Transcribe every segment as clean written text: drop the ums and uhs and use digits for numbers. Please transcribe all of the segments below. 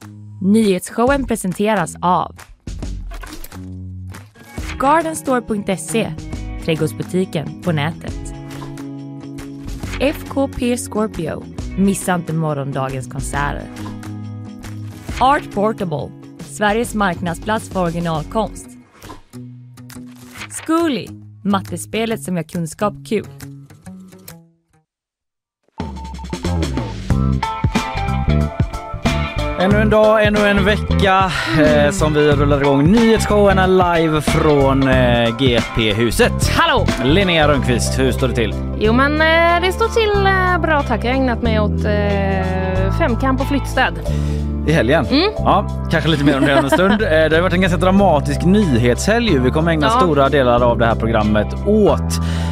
Nyhetsshowen presenteras av Gardenstore.se, trädgårdsbutiken på nätet. FKP Scorpio, missa inte morgondagens konserter. Art Portable, Sveriges marknadsplats för originalkonst. Zcooly, mattespelet som gör kunskap kul. Ännu en dag, ännu en vecka som vi rullar igång nyhetsshowen live från GP-huset. Hallå! Linnea Rönnqvist, hur står det till? Jo men det står till bra tack. Jag har ägnat mig åt femkamp och flyttstöd. I helgen? Ja, kanske lite mer om det en stund. Det har varit en ganska dramatisk nyhetshelg. Vi kommer ägna stora delar av det här programmet åt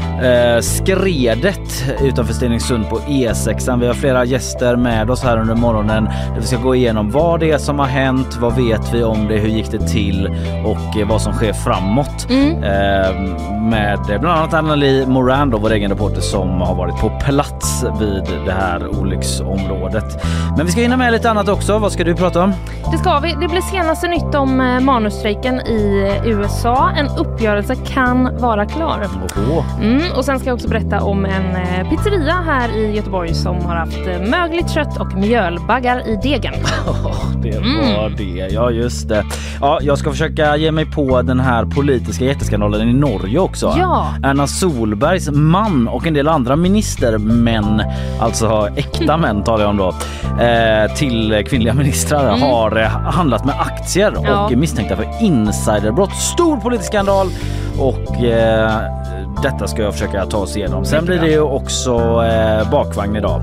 skredet utanför Stenungsund på E6. Vi har flera gäster med oss här under morgonen där vi ska gå igenom vad det är som har hänt, vad vet vi om det, hur gick det till och vad som sker framåt. Med bland annat Anneli Moran, vår egen reporter som har varit på plats vid det här olycksområdet. Men vi ska hinna med lite annat också. Vad ska du prata om? Det ska vi. Det blir senaste nytt om manusstrejken i USA. En uppgörelse kan vara klar. Och sen ska jag också berätta om en pizzeria här i Göteborg som har haft mögligt kött och mjölbaggar i degen. Det var det, ja just det. Ja, jag ska försöka ge mig på den här politiska jätteskandalen i Norge också. Ja. Erna Solbergs man och en del andra ministermän, alltså äkta män talar jag om då, till kvinnliga ministrar har handlat med aktier och är misstänkta för insiderbrott. Stor politisk skandal och detta ska jag försöka ta oss igenom. Sen blir det ju också bakvagn idag.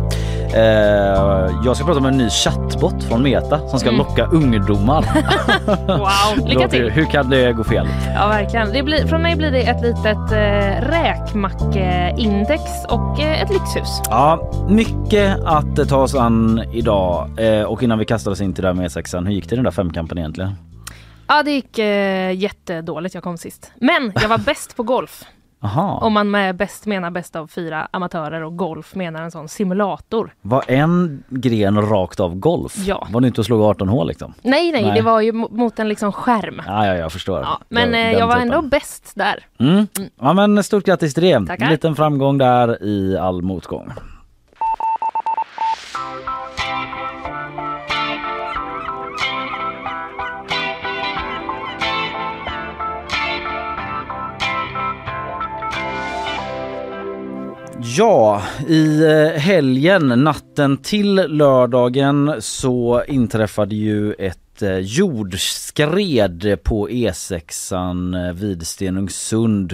Jag ska prata om en ny chattbot från Meta som ska locka ungdomar. Wow, lycka till. Hur kan det gå fel? Ja, verkligen. Från mig blir det ett litet räkmack-index och ett lyxhus. Ja, mycket att ta oss an idag. Och innan vi kastar oss in till det här med E6, hur gick det i den där femkampen egentligen? Ja, det gick jättedåligt. Jag kom sist. Men jag var bäst på golf. Aha. Om man med bäst menar bäst av 4 amatörer och golf menar en sån simulator. Var en gren rakt av golf? Ja. Var det inte att slå 18 hål liksom? Nej, det var ju mot en liksom skärm. Ja, jag förstår. Ja, men jag var ändå bäst där. Ja, men stort grattis till det. Tackar. En liten framgång där i all motgång. Ja, i helgen, natten till lördagen så inträffade ju ett jordskred på E6 vid Stenungsund.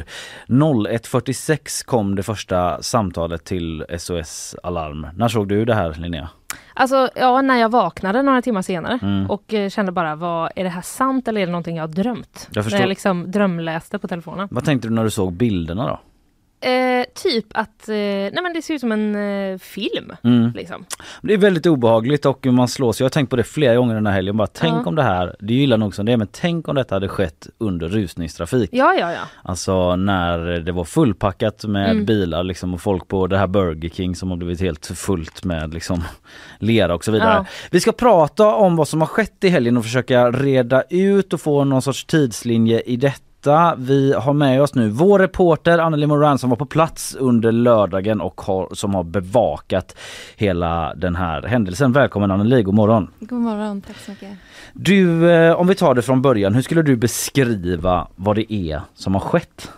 01:46 kom det första samtalet till SOS Alarm. När såg du det här, Linnea? Alltså, ja, när jag vaknade några timmar senare och kände bara, är det här sant eller är det någonting jag har drömt? Jag förstår. När jag liksom drömläste på telefonen. Vad tänkte du när du såg bilderna då? Typ att men det ser ut som en film liksom. Det är väldigt obehagligt och man slås. Jag har tänkt på det flera gånger den här helgen. Bara tänk om det här, det är ju illa nog som det är, men tänk om detta hade skett under rusningstrafik. Ja. Alltså när det var fullpackat med bilar liksom, och folk på det här Burger King som har blivit helt fullt med liksom lera och så vidare. Ja. Vi ska prata om vad som har skett i helgen och försöka reda ut och få någon sorts tidslinje i detta. Vi har med oss nu vår reporter Anneli Moran som var på plats under lördagen och som har bevakat hela den här händelsen. Välkommen Anneli, god morgon. God morgon, tack så mycket. Du, om vi tar det från början, hur skulle du beskriva vad det är som har skett?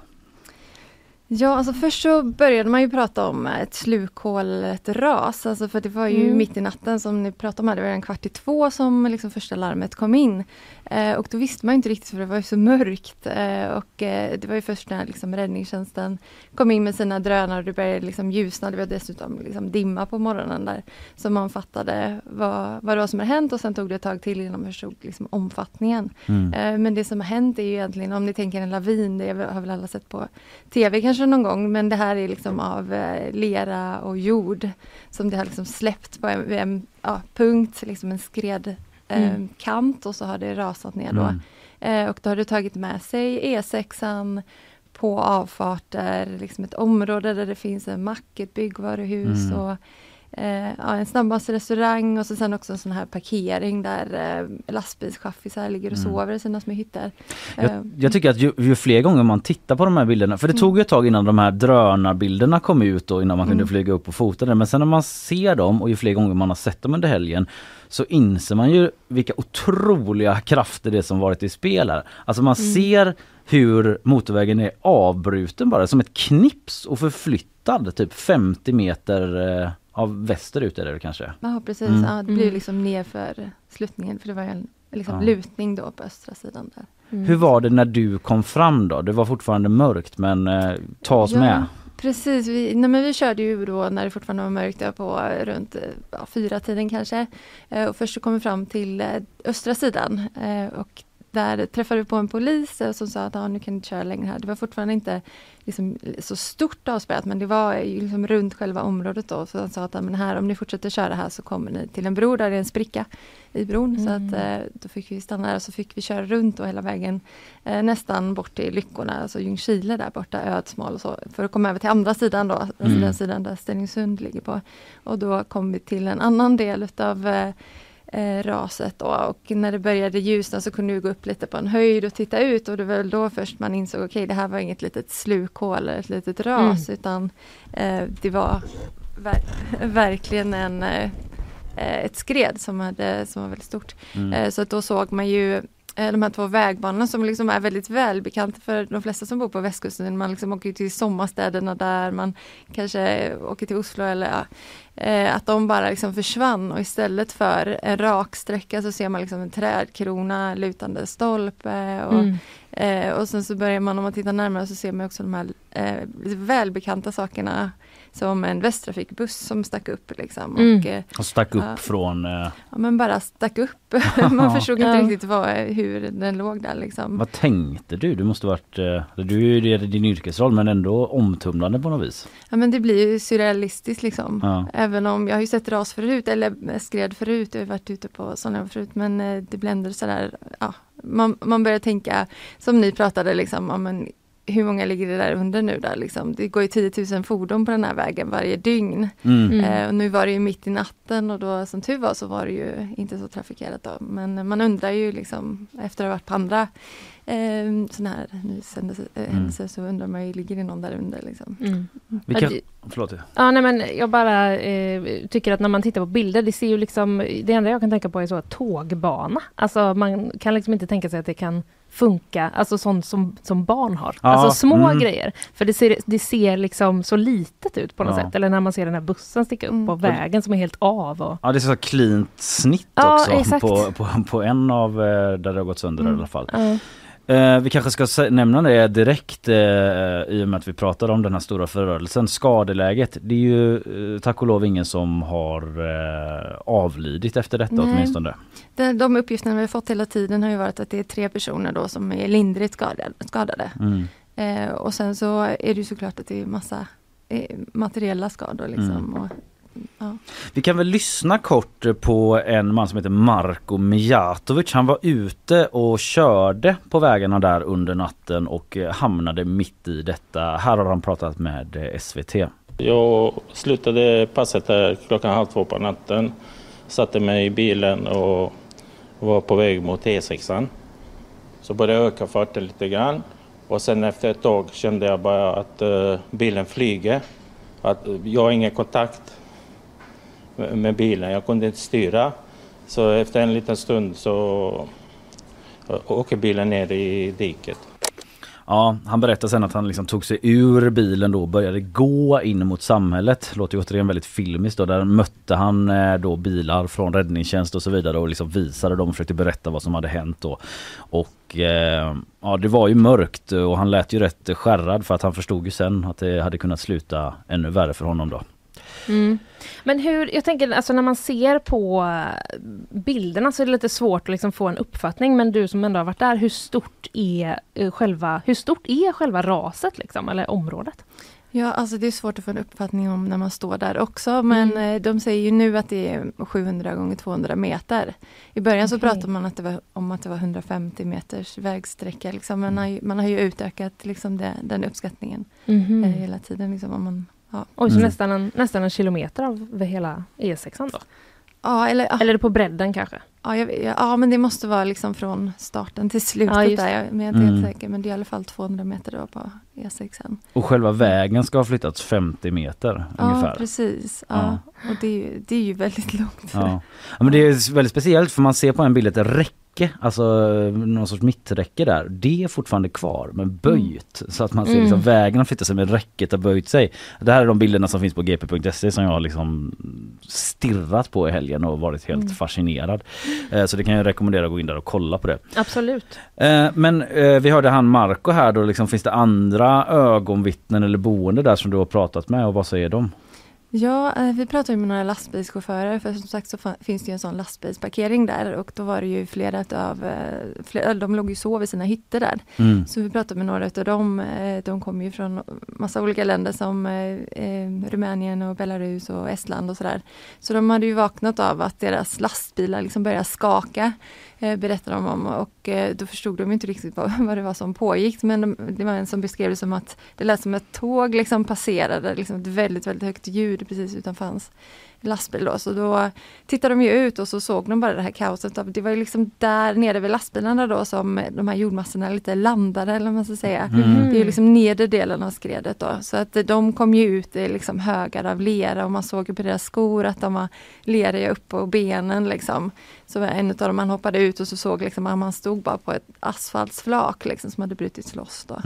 Ja, alltså först så började man ju prata om ett slukhål, ett ras. Alltså för det var ju mitt i natten som ni pratade om här. Det var 1:45 som liksom första larmet kom in. Och då visste man inte riktigt för det var ju så mörkt. Och det var ju först när liksom räddningstjänsten kom in med sina drönare och det började liksom ljusna. Det var dessutom liksom dimma på morgonen där. Så man fattade vad det var som hade hänt och sen tog det ett tag till innan man förstod liksom omfattningen. Men det som har hänt är ju egentligen, om ni tänker en lavin, det har väl alla sett på tv kanske någon gång, men det här är liksom av lera och jord som det har liksom släppt på en punkt, liksom en skredkant och så har det rasat ner då. Och då har det tagit med sig E6an på avfarter, liksom ett område där det finns en mack, ett byggvaruhus och en snabbmatsrestaurang och så sen också en sån här parkering där lastbilschaffisar ligger och sover i sina små hytter. Jag tycker att ju fler gånger man tittar på de här bilderna, för det tog ju ett tag innan de här drönarbilderna kom ut och innan man kunde flyga upp och fota det, men sen när man ser dem och ju fler gånger man har sett dem under helgen så inser man ju vilka otroliga krafter det som varit i spel här. Alltså man ser hur motorvägen är avbruten bara som ett knips och förflyttad typ 50 meter av västerut är det kanske. Ja, precis. Ja, det blir liksom nerför sluttningen, för det var en liksom lutning då på östra sidan där. Hur var det när du kom fram då? Det var fortfarande mörkt, men ta oss med. Precis, vi körde ju då när det fortfarande var mörkt på runt 4-tiden kanske. Och först så kom vi fram till östra sidan och där träffade vi på en polis som sa att nu kan du inte köra längre här. Det var fortfarande inte liksom så stort avspärrat, men det var ju liksom runt själva området då. Så han sa att men här, om ni fortsätter köra här så kommer ni till en bro där det är en spricka i bron. Så att då fick vi stanna där och så fick vi köra runt och hela vägen nästan bort till Lyckorna, alltså Ljungskile där borta, Ödsmål och så. För att komma över till andra sidan då, alltså den sidan där Stenungsund ligger på. Och då kom vi till en annan del utav raset då, och när det började ljusna så kunde vi gå upp lite på en höjd och titta ut, och det var väl då först man insåg okej, det här var inget litet slukhål eller ett litet ras utan det var verkligen ett skred som var väldigt stort. Så att då såg man ju de här två vägbanorna som liksom är väldigt välbekanta för de flesta som bor på västkusten. Man liksom åker till sommarstäderna där, man kanske åker till Oslo eller att de bara liksom försvann, och istället för en rak sträcka så ser man liksom en trädkrona, lutande stolpe och sen så börjar man, om man tittar närmare så ser man också de här välbekanta sakerna som en Västtrafikbuss som stack upp liksom. Och stack upp från... Ja, men bara stack upp. Man förstod inte riktigt hur den låg där liksom. Vad tänkte du? Du måste varit... Du är ju din yrkesroll, men ändå omtumlande på något vis. Ja, men det blir ju surrealistiskt liksom. Ja. Även om jag har ju sett ras förut, eller skred förut. Jag har varit ute på sådana förut, men det blir ändå sådär... Ja, man börjar tänka, som ni pratade liksom, men hur många ligger det där under nu där liksom? Det går ju 10 000 fordon på den här vägen varje dygn. Och nu var det ju mitt i natten, och då som tur var så var det ju inte så trafikerat då. Men man undrar ju liksom, efter att ha varit på andra sådana här händelser så undrar man ju, ligger det någon där under liksom. Förlåt. Ja, nej, men jag bara tycker att när man tittar på bilder, det ser ju liksom, det enda jag kan tänka på är så tågbana. Alltså man kan liksom inte tänka sig att det kan funka, alltså sånt som barn har. Alltså små grejer. För det ser liksom så litet ut på något sätt. Eller när man ser den här bussen sticka upp på vägen som är helt av. Och... Ja, det är så cleant snitt också på en av där det har gått sönder i alla fall. Vi kanske ska nämna det direkt i och med att vi pratar om den här stora förrörelsen. Skadeläget, det är ju tack och lov ingen som har avlidit efter detta åtminstone. De uppgifterna vi har fått hela tiden har ju varit att det är 3 personer då som är lindrigt skadade. Och sen så är det ju såklart att det är massa materiella skador liksom. Och, ja. Vi kan väl lyssna kort på en man som heter Marko Mijatovic. Han var ute och körde på vägarna där under natten och hamnade mitt i detta. Här har han pratat med SVT. Jag slutade passet här 1:30 på natten. Satte mig i bilen och var på väg mot E6. Så började jag öka farten lite grann. Och sen efter ett tag kände jag bara att bilen flyger. Att jag har ingen kontakt med bilen. Jag kunde inte styra. Så efter en liten stund så åker bilen ner i diket. Ja, han berättar sen att han liksom tog sig ur bilen då och började gå in mot samhället. Låter ju återigen väldigt filmiskt då. Där mötte han då bilar från räddningstjänst och så vidare och liksom visade dem och försökte berätta vad som hade hänt då. Och ja, det var ju mörkt och han lät ju rätt skärrad för att han förstod ju sen att det hade kunnat sluta ännu värre för honom då. Men jag tänker, alltså när man ser på bilderna så är det lite svårt att liksom få en uppfattning, men du som ändå har varit där, hur stort är själva raset liksom, eller området? Ja, alltså det är svårt att få en uppfattning om när man står där också, men de säger ju nu att det är 700 gånger 200 meter. I början så pratade man om att det var 150 meters vägsträcka liksom, men man har ju utökat liksom den uppskattningen hela tiden liksom, om man Ja. Oj, så nästan en kilometer av hela E6 då? Ja, eller på bredden kanske? Ja, men det måste vara liksom från starten till slutet där. Men jag är inte helt säker. Men det är i alla fall 200 meter då på E6. Och själva vägen ska ha flyttats 50 meter ungefär. Ja, precis. Ja. Och det är ju väldigt långt. Ja, men det är väldigt speciellt för man ser på en bild ett räcke, alltså någon sorts mitträcke där. Det är fortfarande kvar men böjt. Så att man ser liksom vägen har flyttat sig med räcket har böjt sig. Det här är de bilderna som finns på gp.se som jag har liksom stirrat på i helgen och varit helt fascinerad. Så det kan jag rekommendera att gå in där och kolla på det. Absolut. Men vi hörde han Marco här då, liksom, finns det andra ögonvittnen eller boende där som du har pratat med och vad säger de? Ja, vi pratade med några lastbilschaufförer för som sagt så finns det ju en sån lastbilsparkering där och då var det ju flera de låg ju så vid sina hytter där. Så vi pratade med några av dem, de kom ju från massa olika länder som Rumänien och Belarus och Estland och sådär. Så de hade ju vaknat av att deras lastbilar liksom började skaka, berättade de om och då förstod de inte riktigt vad det var som pågick men det var en som beskrev det som att det lät som ett tåg liksom passerade, liksom ett väldigt, väldigt högt ljud precis utanför hans lastbil då. Så då tittade de ju ut och så såg de bara det här kaoset. Det var ju liksom där nere vid lastbilarna då som de här jordmassorna lite landade eller vad man ska säga. Det är ju liksom nedre delen av skredet då. Så att de kom ju ut i liksom högar av lera och man såg ju på deras skor att de var leriga upp på benen liksom. Så en av dem man hoppade ut och så såg liksom att man stod bara på ett asfaltsflak liksom som hade brutits loss då.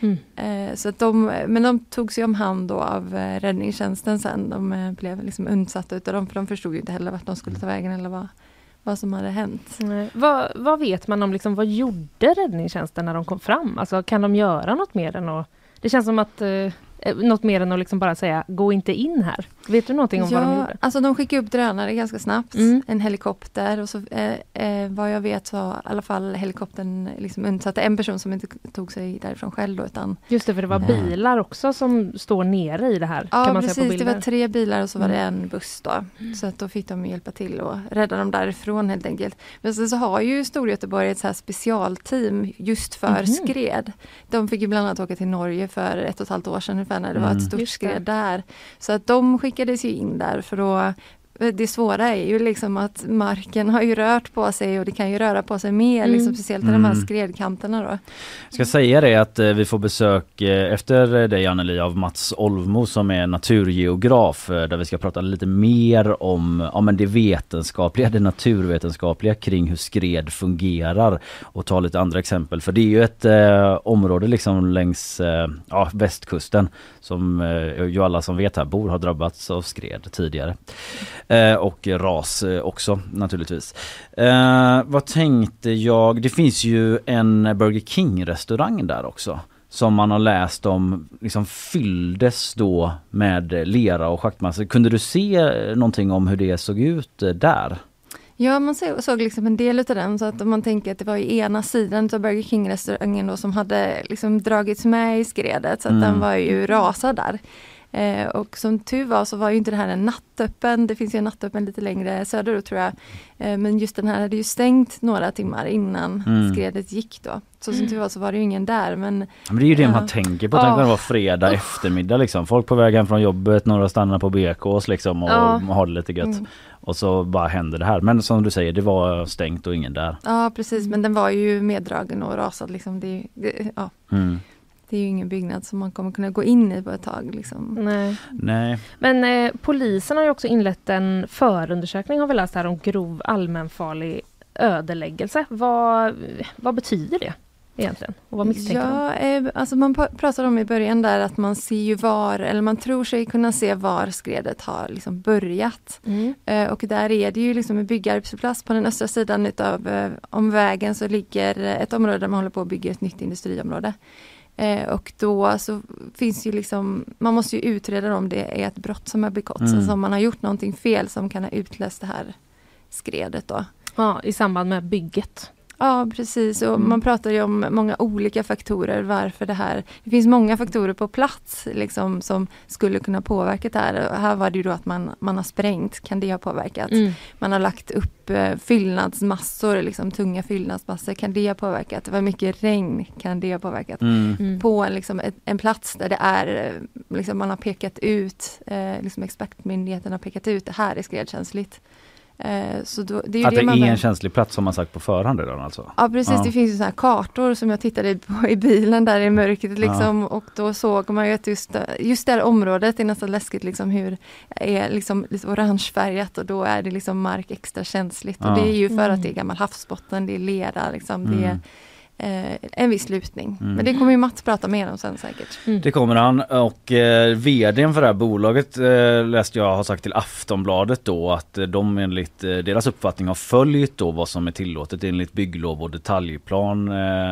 Så att men de tog sig om hand då av räddningstjänsten sen. De blev liksom undsatta utav dem för de förstod ju inte heller vart de skulle ta vägen eller vad som hade hänt. Vad vet man om liksom, vad gjorde räddningstjänsten när de kom fram? Alltså kan de göra något mer än att... Det känns som att... något mer än att liksom bara säga, gå inte in här. Vet du någonting om vad de gjorde? Alltså de skickade upp drönare ganska snabbt. En helikopter och så vad jag vet så i alla fall helikoptern liksom undsatte en person som inte tog sig därifrån själv då, utan... Just det, för det var bilar också som står nere i det här. Ja, kan man precis. Se på bilder. Det var 3 bilar och så var det en buss då. Så att då fick de hjälpa till och rädda dem därifrån helt enkelt. Men sen så har ju Storgöteborg ett så här specialteam just för skred. De fick ju bland annat åka till Norge för 1,5 år sedan när det var ett stort skred där. Så att de skickades ju in där för då det svåra är ju liksom att marken har ju rört på sig och det kan ju röra på sig mer, liksom, speciellt i de här skredkanterna då. Jag ska säga det att vi får besök efter dig Anneli av Mats Olvmo som är naturgeograf där vi ska prata lite mer om det vetenskapliga, det naturvetenskapliga kring hur skred fungerar och ta lite andra exempel. För det är ju ett område liksom längs västkusten som ju alla som vet här bor har drabbats av skred tidigare. Och ras också naturligtvis. Vad tänkte jag? Det finns ju en Burger King-restaurang där också som man har läst om liksom fylldes då med lera och schaktmassor. Kunde du se någonting om hur det såg ut där? Ja, man såg liksom en del av den så att om man tänker att det var i ena sidan av Burger King-restaurangen då som hade liksom dragits med i skredet så att den var ju rasad där. Och som tur var så var ju inte det här en nattöppen. Det finns ju en nattöppen lite längre söderut tror jag. Men just den här hade ju stängt några timmar innan skredet gick då. Så som tur var så var det ju ingen där. Men det är ju det man tänker på. Tänk när det var fredag eftermiddag liksom. Folk på väg hem från jobbet, några stannar på BKs liksom och har det lite gött. Och så bara hände det här. Men som du säger, det var stängt och ingen där. Ja, precis. Men den var ju meddragen och rasad liksom. Det är ju ingen byggnad som man kommer kunna gå in i på ett tag. Liksom. Nej. Men polisen har ju också inlett en förundersökning har vi läst här om grov allmänfarlig ödeläggelse. Vad betyder det egentligen? Och vad misstänker de? Alltså man pratade om i början där att man ser ju man tror sig kunna se var skredet har liksom börjat. Och där är det ju liksom en byggarbetsplats på den östra sidan om vägen så ligger ett område där man håller på att bygga ett nytt industriområde. Och då så finns ju liksom, man måste ju utreda om det är ett brott som har begåtts. Alltså om man har gjort någonting fel som kan ha utlöst det här skredet då. Ja, i samband med bygget. Ja, precis. Och man pratar ju om många olika faktorer varför det finns många faktorer på plats liksom, som skulle kunna påverka det här. Och här var det ju då att man har sprängt, kan det ha påverkat? Man har lagt upp fyllnadsmassor, liksom, tunga fyllnadsmassor, kan det ha påverkat? Det var mycket regn, kan det ha påverkat? På liksom, en plats där det är, liksom, man har pekat ut, liksom, expertmyndigheten har pekat ut, det här är skredkänsligt. Så då, det är ju att det är en känslig plats som man sagt på förhand redan alltså? Ja, precis. Det finns ju såna här kartor som jag tittade på i bilen där i mörkret liksom, och då såg man ju att just det här området är nästan läskigt liksom, hur är liksom lite orangefärgat och då är det liksom mark extra känsligt och det är ju för att det är gammal havsbotten, det är lera liksom, det är en viss lutning. Men det kommer ju Mats prata mer om sen säkert. Det kommer han, och vdn för det här bolaget läste jag har sagt till Aftonbladet då att de enligt deras uppfattning har följt då vad som är tillåtet enligt bygglov och detaljplan,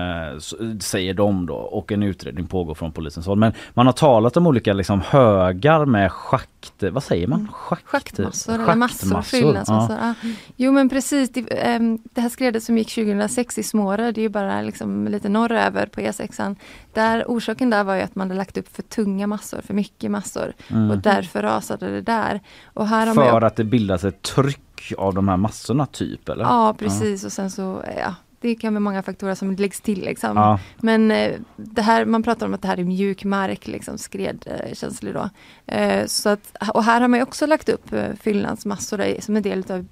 säger de då, och en utredning pågår från polisens håll. Men man har talat om olika liksom högar med vad säger man? Schaktmassor eller massor fyllnadsmassor. Ja. Jo men precis, det här skredet som gick 2006 i Småre, det är ju bara liksom lite norröver på E6an. Orsaken där var ju att man hade lagt upp för tunga massor, för mycket massor. Och därför rasade det där. Och här har för att det bildas ett tryck av de här massorna typ, eller? Ja, precis. Och sen så, det kan vara många faktorer som läggs till liksom. Men det här, man pratar om att det här är mjuk mark liksom, skredkänslig då. Så att, och här har man ju också lagt upp fyllnadsmassor som en del av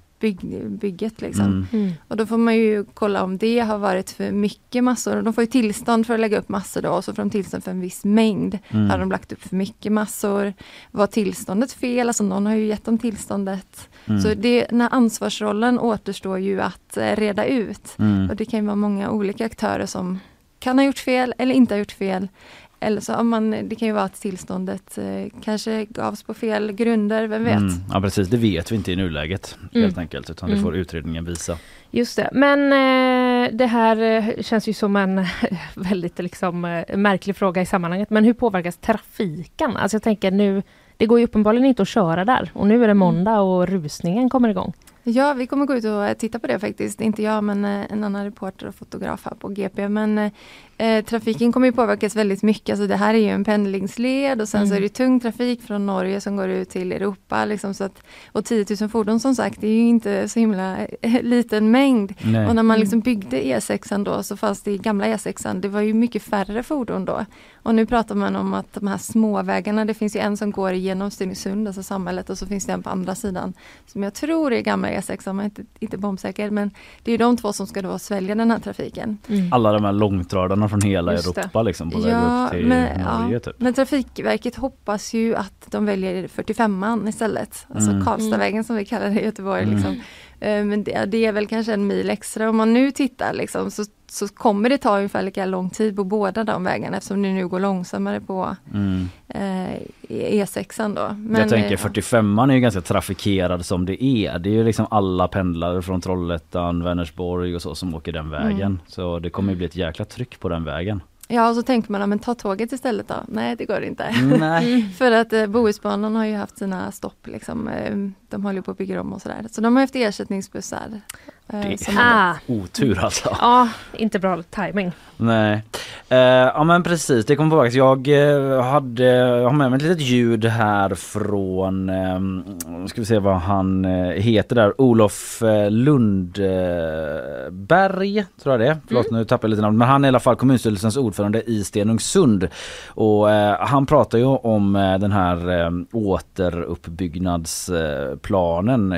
bygget liksom. Och då får man ju kolla om det har varit för mycket massor. Och de får ju tillstånd för att lägga upp massor då, och så får de tillstånd för en viss mängd. Har de lagt upp för mycket massor? Var tillståndet fel? Alltså någon har ju gett dem tillståndet. Så den här ansvarsrollen återstår ju att reda ut. Och det kan ju vara många olika aktörer som kan ha gjort fel eller inte har gjort fel. Eller så det kan ju vara att tillståndet kanske gavs på fel grunder, vem vet? Ja precis, det vet vi inte i nuläget helt enkelt, utan det får utredningen visa. Just det, men det här känns ju som en väldigt liksom, märklig fråga i sammanhanget. Men hur påverkas trafiken? Alltså jag tänker nu, det går ju uppenbarligen inte att köra där. Och nu är det måndag och rusningen kommer igång. Ja, vi kommer gå ut och titta på det faktiskt. Inte jag, men en annan reporter och fotograf här på GP. Men trafiken kommer ju påverkas väldigt mycket. Alltså det här är ju en pendlingsled och sen så är det tung trafik från Norge som går ut till Europa. Liksom, så att, och 10 000 fordon som sagt, det är ju inte så himla liten mängd. Nej. Och när man liksom byggde E6an då så fanns det i gamla E6an, det var ju mycket färre fordon då. Och nu pratar man om att de här småvägarna, det finns ju en som går igenom Stenungsund, alltså samhället, och så finns det en på andra sidan som jag tror är gamla E6an, man är inte bombsäker, men det är ju de två som ska då svälja den här trafiken. Alla de här långtradarna från hela Europa liksom, på väg upp till Norge typ. Men Trafikverket hoppas ju att de väljer 45an istället, alltså Karlstadvägen som vi kallar det i Göteborg liksom. Men det är väl kanske en mil extra. Om man nu tittar liksom, så kommer det ta ungefär lika lång tid på båda de vägarna eftersom det nu går långsammare på E6an då. Men, jag tänker 45an är ju ganska trafikerad som det är. Det är ju liksom alla pendlare från Trollhättan, Vänersborg och så som åker den vägen. Så det kommer ju bli ett jäkla tryck på den vägen. Ja, och så tänker man, men ta tåget istället då. Nej, det går inte. För att Bohusbanan har ju haft sina stopp liksom. De håller på att bygga om och sådär. Så de har haft ersättningsbussar. Det är otur alltså. Ja, inte bra timing. Nej. Ja men precis, det kommer påverkas. Jag har med mig ett litet ljud här från ska vi se vad han heter där, Olof Lundberg tror jag det är. Förlåt, nu tappar jag lite namn. Men han är i alla fall kommunstyrelsens ordförande i Stenungsund. Och han pratar ju om den här återuppbyggnadsplanen,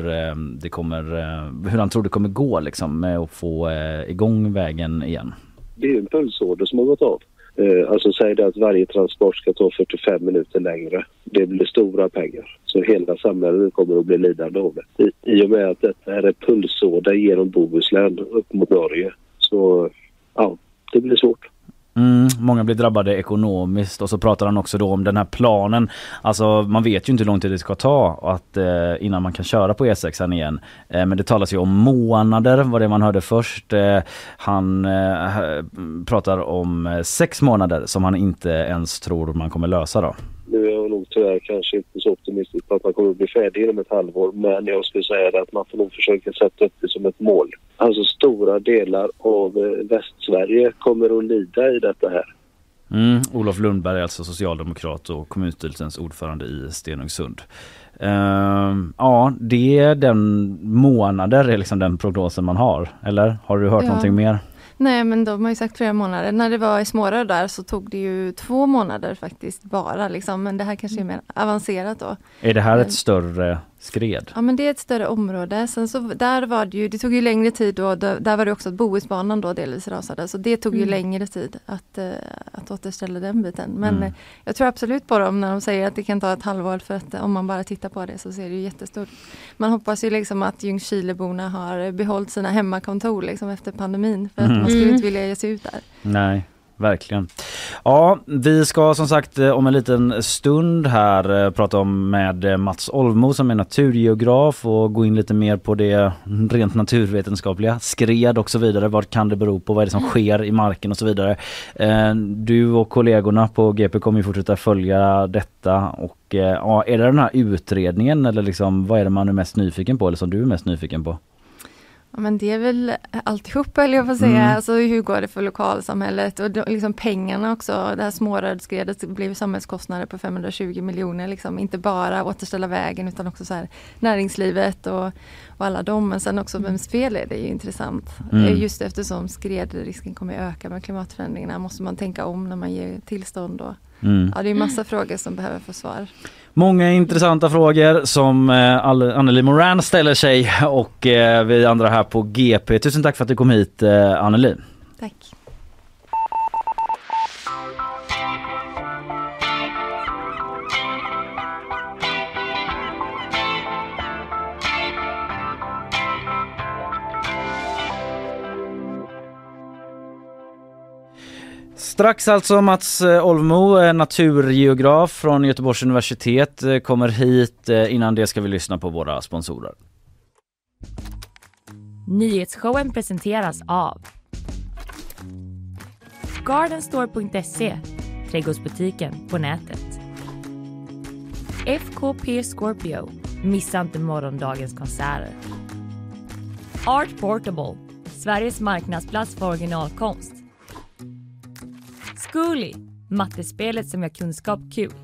hur han tror det kommer gå liksom, med att få igång vägen igen. Det är en pulsåder som har gått av. Alltså säger det att varje transport ska ta 45 minuter längre. Det blir stora pengar. Så hela samhället kommer att bli lidande av det. I och med att detta är en pulsåder genom Bohuslän upp mot Norge. Så ja, det blir svårt. Många blir drabbade ekonomiskt, och så pratar han också då om den här planen. Alltså man vet ju inte hur lång tid det ska ta innan man kan köra på E6 igen. Men det talas ju om månader, var det man hörde först. Han pratar om 6 månader som han inte ens tror man kommer lösa då. Nu är jag nog tyvärr kanske inte så optimistisk på att man kommer att bli färdig inom ett halvår. Men jag skulle säga att man får nog försöka sätta upp det som ett mål. Alltså stora stora delar av Västsverige kommer att lida i detta här. Olof Lundberg är alltså socialdemokrat och kommunstyrelsens ordförande i Stenungsund. Ja, det är den månader är liksom den prognosen man har. Eller har du hört någonting mer? Nej, men de har ju sagt 3 månader. När det var i Smårö där så tog det ju 2 månader faktiskt bara. Liksom. Men det här kanske är mer avancerat då. Är det här ett större skred? Ja, men det är ett större område. Sen så där var det ju, det tog ju längre tid då. Där var det också att Bohusbanan då delvis rasade. Så det tog ju längre tid att återställa den biten. Men jag tror absolut på dem när de säger att det kan ta ett halvår. För att om man bara tittar på det så ser det ju jättestort. Man hoppas ju liksom att Ljungskileborna har behållit sina hemmakontor liksom efter pandemin. För att man skulle inte vilja ge sig ut där. Nej. Verkligen. Ja, vi ska som sagt om en liten stund här prata med Mats Olvmo som är naturgeograf och gå in lite mer på det rent naturvetenskapliga, skred och så vidare. Vad kan det bero på? Vad är det som sker i marken och så vidare? Du och kollegorna på GP kommer ju fortsätta följa detta och ja, är det den här utredningen eller liksom, vad är det man är mest nyfiken på eller som du är mest nyfiken på? Ja, men det är väl alltihop, eller jag får säga. Alltså, hur går det för lokalsamhället och liksom pengarna också. Det här Smårödskredet blev samhällskostnader på 520 miljoner. Liksom. Inte bara återställa vägen utan också så här, näringslivet och alla dem. Men sen också vems fel är det ju intressant. Just eftersom skredrisken kommer öka med klimatförändringarna måste man tänka om när man ger tillstånd. Och, ja, det är massa frågor som behöver få svar. Många intressanta frågor som Anneli Moran ställer sig och vi andra här på GP. Tusen tack för att du kom hit, Anneli. Tack. Strax alltså Mats Olvmo, naturgeograf från Göteborgs universitet, kommer hit. Innan det ska vi lyssna på våra sponsorer. Nyhetsshowen presenteras av Gardenstore.se, trädgårdsbutiken på nätet. FKP Scorpio, missa inte morgondagens konserter. Art Portable, Sveriges marknadsplats för originalkonst. Zcooly, mattespelet som gör kunskap kul.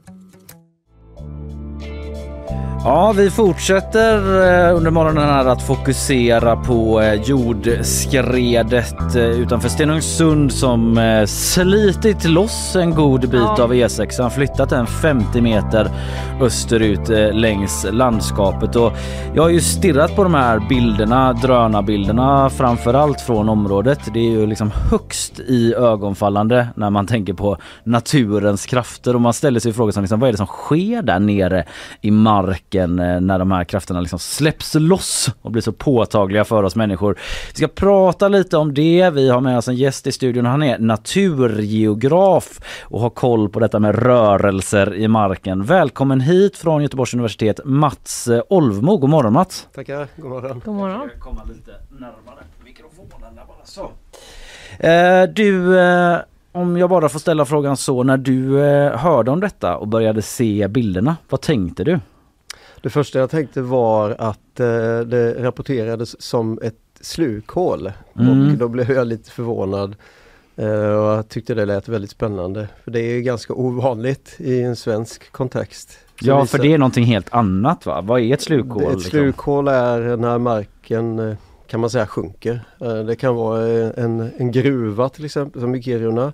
Ja, vi fortsätter under morgonen här att fokusera på jordskredet utanför Stenungsund som slitit loss en god bit av E6. Han flyttat en 50 meter österut längs landskapet och jag har ju stirrat på de här bilderna, drönarbilderna framförallt från området. Det är ju liksom högst i ögonfallande när man tänker på naturens krafter och man ställer sig frågan liksom, vad är det som sker där nere i marken när de här krafterna liksom släpps loss och blir så påtagliga för oss människor. Vi ska prata lite om det. Vi har med oss en gäst i studion. Han är naturgeograf och har koll på detta med rörelser i marken. Välkommen hit från Göteborgs universitet, Mats Olvmo. God morgon, Mats. Tackar, god morgon. God morgon. Jag komma lite närmare mikrofonen där bara så. Du, om jag bara får ställa frågan så, när du hörde om detta och började se bilderna, vad tänkte du? Det första jag tänkte var att det rapporterades som ett slukhål och då blev jag lite förvånad och jag tyckte det lät väldigt spännande. För det är ganska ovanligt i en svensk kontext. Ja, för det är någonting helt annat, va? Vad är ett slukhål? Ett slukhål är när marken kan man säga sjunker. Det kan vara en gruva till exempel som i Kiruna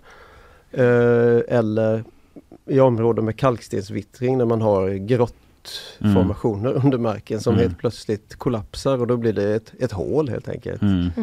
eller i områden med kalkstensvittring när man har grottformationer under marken som helt plötsligt kollapsar och då blir det ett hål helt enkelt.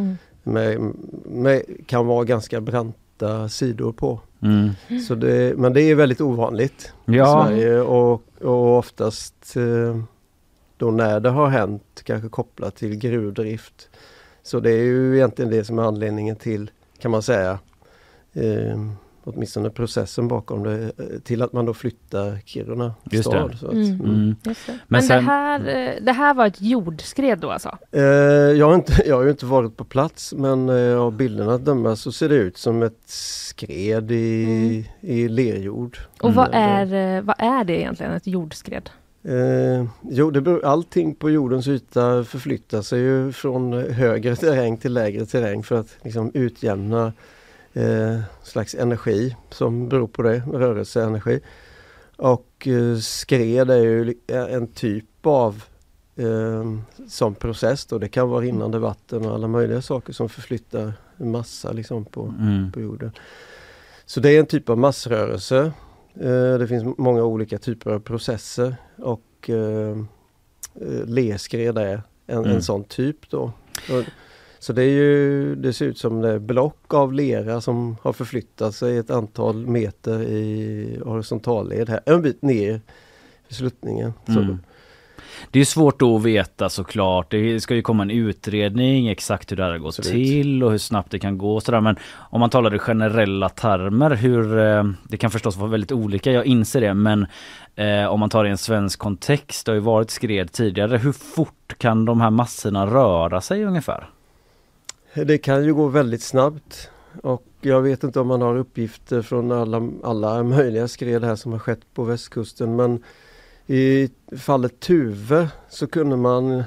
Med kan vara ganska branta sidor på. Så men det är väldigt ovanligt i Sverige och oftast då när det har hänt kanske kopplat till gruvdrift. Så det är ju egentligen det som är anledningen till, kan man säga, åtminstone processen bakom det, till att man då flyttar Kiruna stad. Så att, Men sen, det här var ett jordskred då alltså? Jag har ju inte varit på plats, men av bilderna att döma så ser det ut som ett skred i lerjord. Och vad är det egentligen, ett jordskred? Allting på jordens yta förflyttar sig ju från högre terräng till lägre terräng för att liksom utjämna slags energi som beror på det, rörelseenergi. Och skred är ju en typ av som process då. Det kan vara rinnande vatten och alla möjliga saker som förflyttar en massa liksom på jorden. Så det är en typ av massrörelse. Det finns många olika typer av processer och lerskred är en sån typ då. Så det ser ut som det är block av lera som har förflyttat sig ett antal meter i horisontalled här, en bit ner i sluttningen. Det är svårt att veta såklart. Det ska ju komma en utredning exakt hur det här går till och hur snabbt det kan gå och sådär. Men om man talar i generella termer, det kan förstås vara väldigt olika, jag inser det. Men om man tar det i en svensk kontext, det har ju varit skred tidigare. Hur fort kan de här massorna röra sig ungefär? Det kan ju gå väldigt snabbt. Och jag vet inte om man har uppgifter från alla möjliga skred här som har skett på västkusten. Men i fallet Tuve så kunde man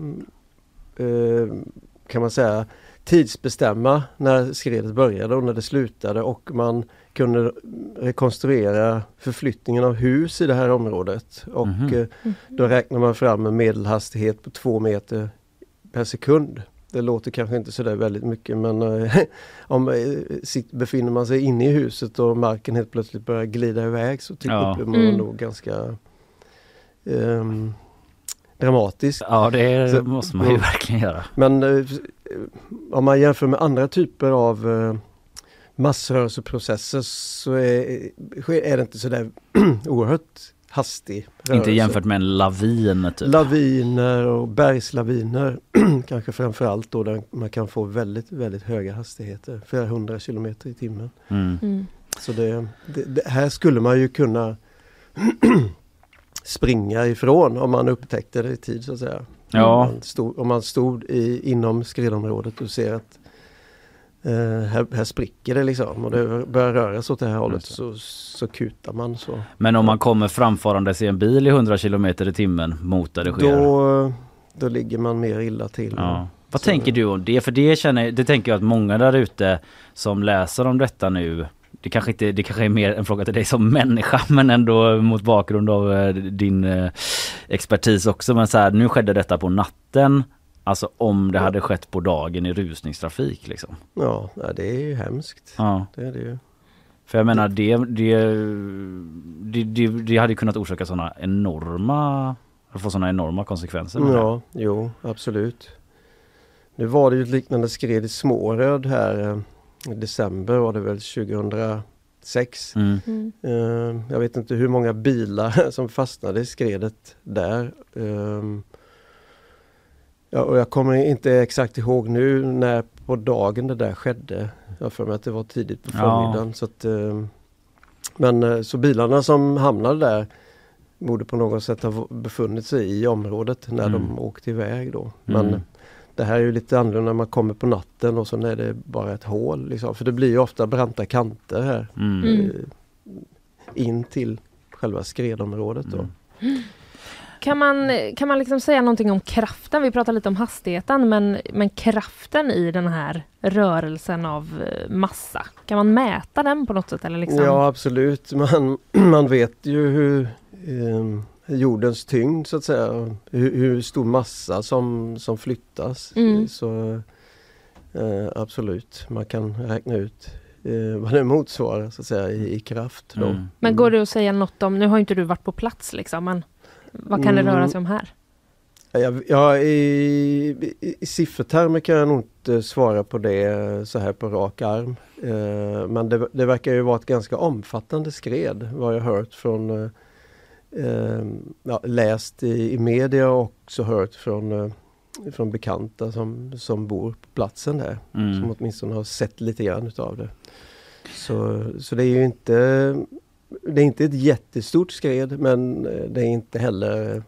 kan man säga tidsbestämma när skredet började och när det slutade, och man kunde rekonstruera förflyttningen av hus i det här området och då räknar man fram en medelhastighet på 2 meter per sekund. Det låter kanske inte så där väldigt mycket, men befinner man sig inne i huset och marken helt plötsligt börjar glida iväg så tycker man nog ganska dramatiskt. Ja, det måste man ju verkligen göra. Men om man jämför med andra typer av massrörelseprocesser så är det inte så där oerhört hastig rörelse. Inte jämfört med en lavin typ. Laviner och bergslaviner kanske framförallt då, där man kan få väldigt, väldigt höga hastigheter, flera 100 kilometer i timmen. Så det här skulle man ju kunna springa ifrån om man upptäckte det i tid så att säga. Ja. Om man stod inom skredområdet och ser att här spricker det liksom och det börjar röra sig åt det här hållet så kutar man så. Men om man kommer framfarandes i en bil i 100 kilometer i timmen mot där det sker? Då ligger man mer illa till. Ja. Vad tänker du om det? För det tänker jag att många där ute som läser om detta nu, det kanske är mer en fråga till dig som människa, men ändå mot bakgrund av din expertis också. Men så här, nu skedde detta på natten. Alltså om det hade skett på dagen i rusningstrafik liksom. Ja, det är ju hemskt. Ja. Det är det ju. För jag menar, det hade kunnat orsaka sådana enorma konsekvenser. Ja, jo, absolut. Nu var det ju ett liknande skred i Småröd här i december, var det väl 2006. Jag vet inte hur många bilar som fastnade i skredet där. Och jag kommer inte exakt ihåg nu när på dagen det där skedde. Jag för mig att det var tidigt på förmiddagen. Så bilarna som hamnade där borde på något sätt ha befunnit sig i området när de åkte iväg då. Men det här är ju lite annorlunda när man kommer på natten och så är det bara ett hål liksom. För det blir ju ofta branta kanter här in till själva skredområdet då. Kan man liksom säga någonting om kraften? Vi pratar lite om hastigheten, men kraften i den här rörelsen av massa, kan man mäta den på något sätt? Eller liksom? Ja, absolut. Man vet ju hur jordens tyngd så att säga, hur stor massa som flyttas. Så absolut, man kan räkna ut vad det motsvarar så att säga i kraft då. Men går det att säga något om, nu har inte du varit på plats liksom, men vad kan det röra sig om här? I siffertermer kan jag nog inte svara på det så här på rak arm. Men det verkar ju vara ett ganska omfattande skred, vad jag hört från läst i media och så hört från bekanta som bor på platsen där. Som åtminstone har sett lite grann utav det. Så det är ju inte ett jättestort skred, men det är inte heller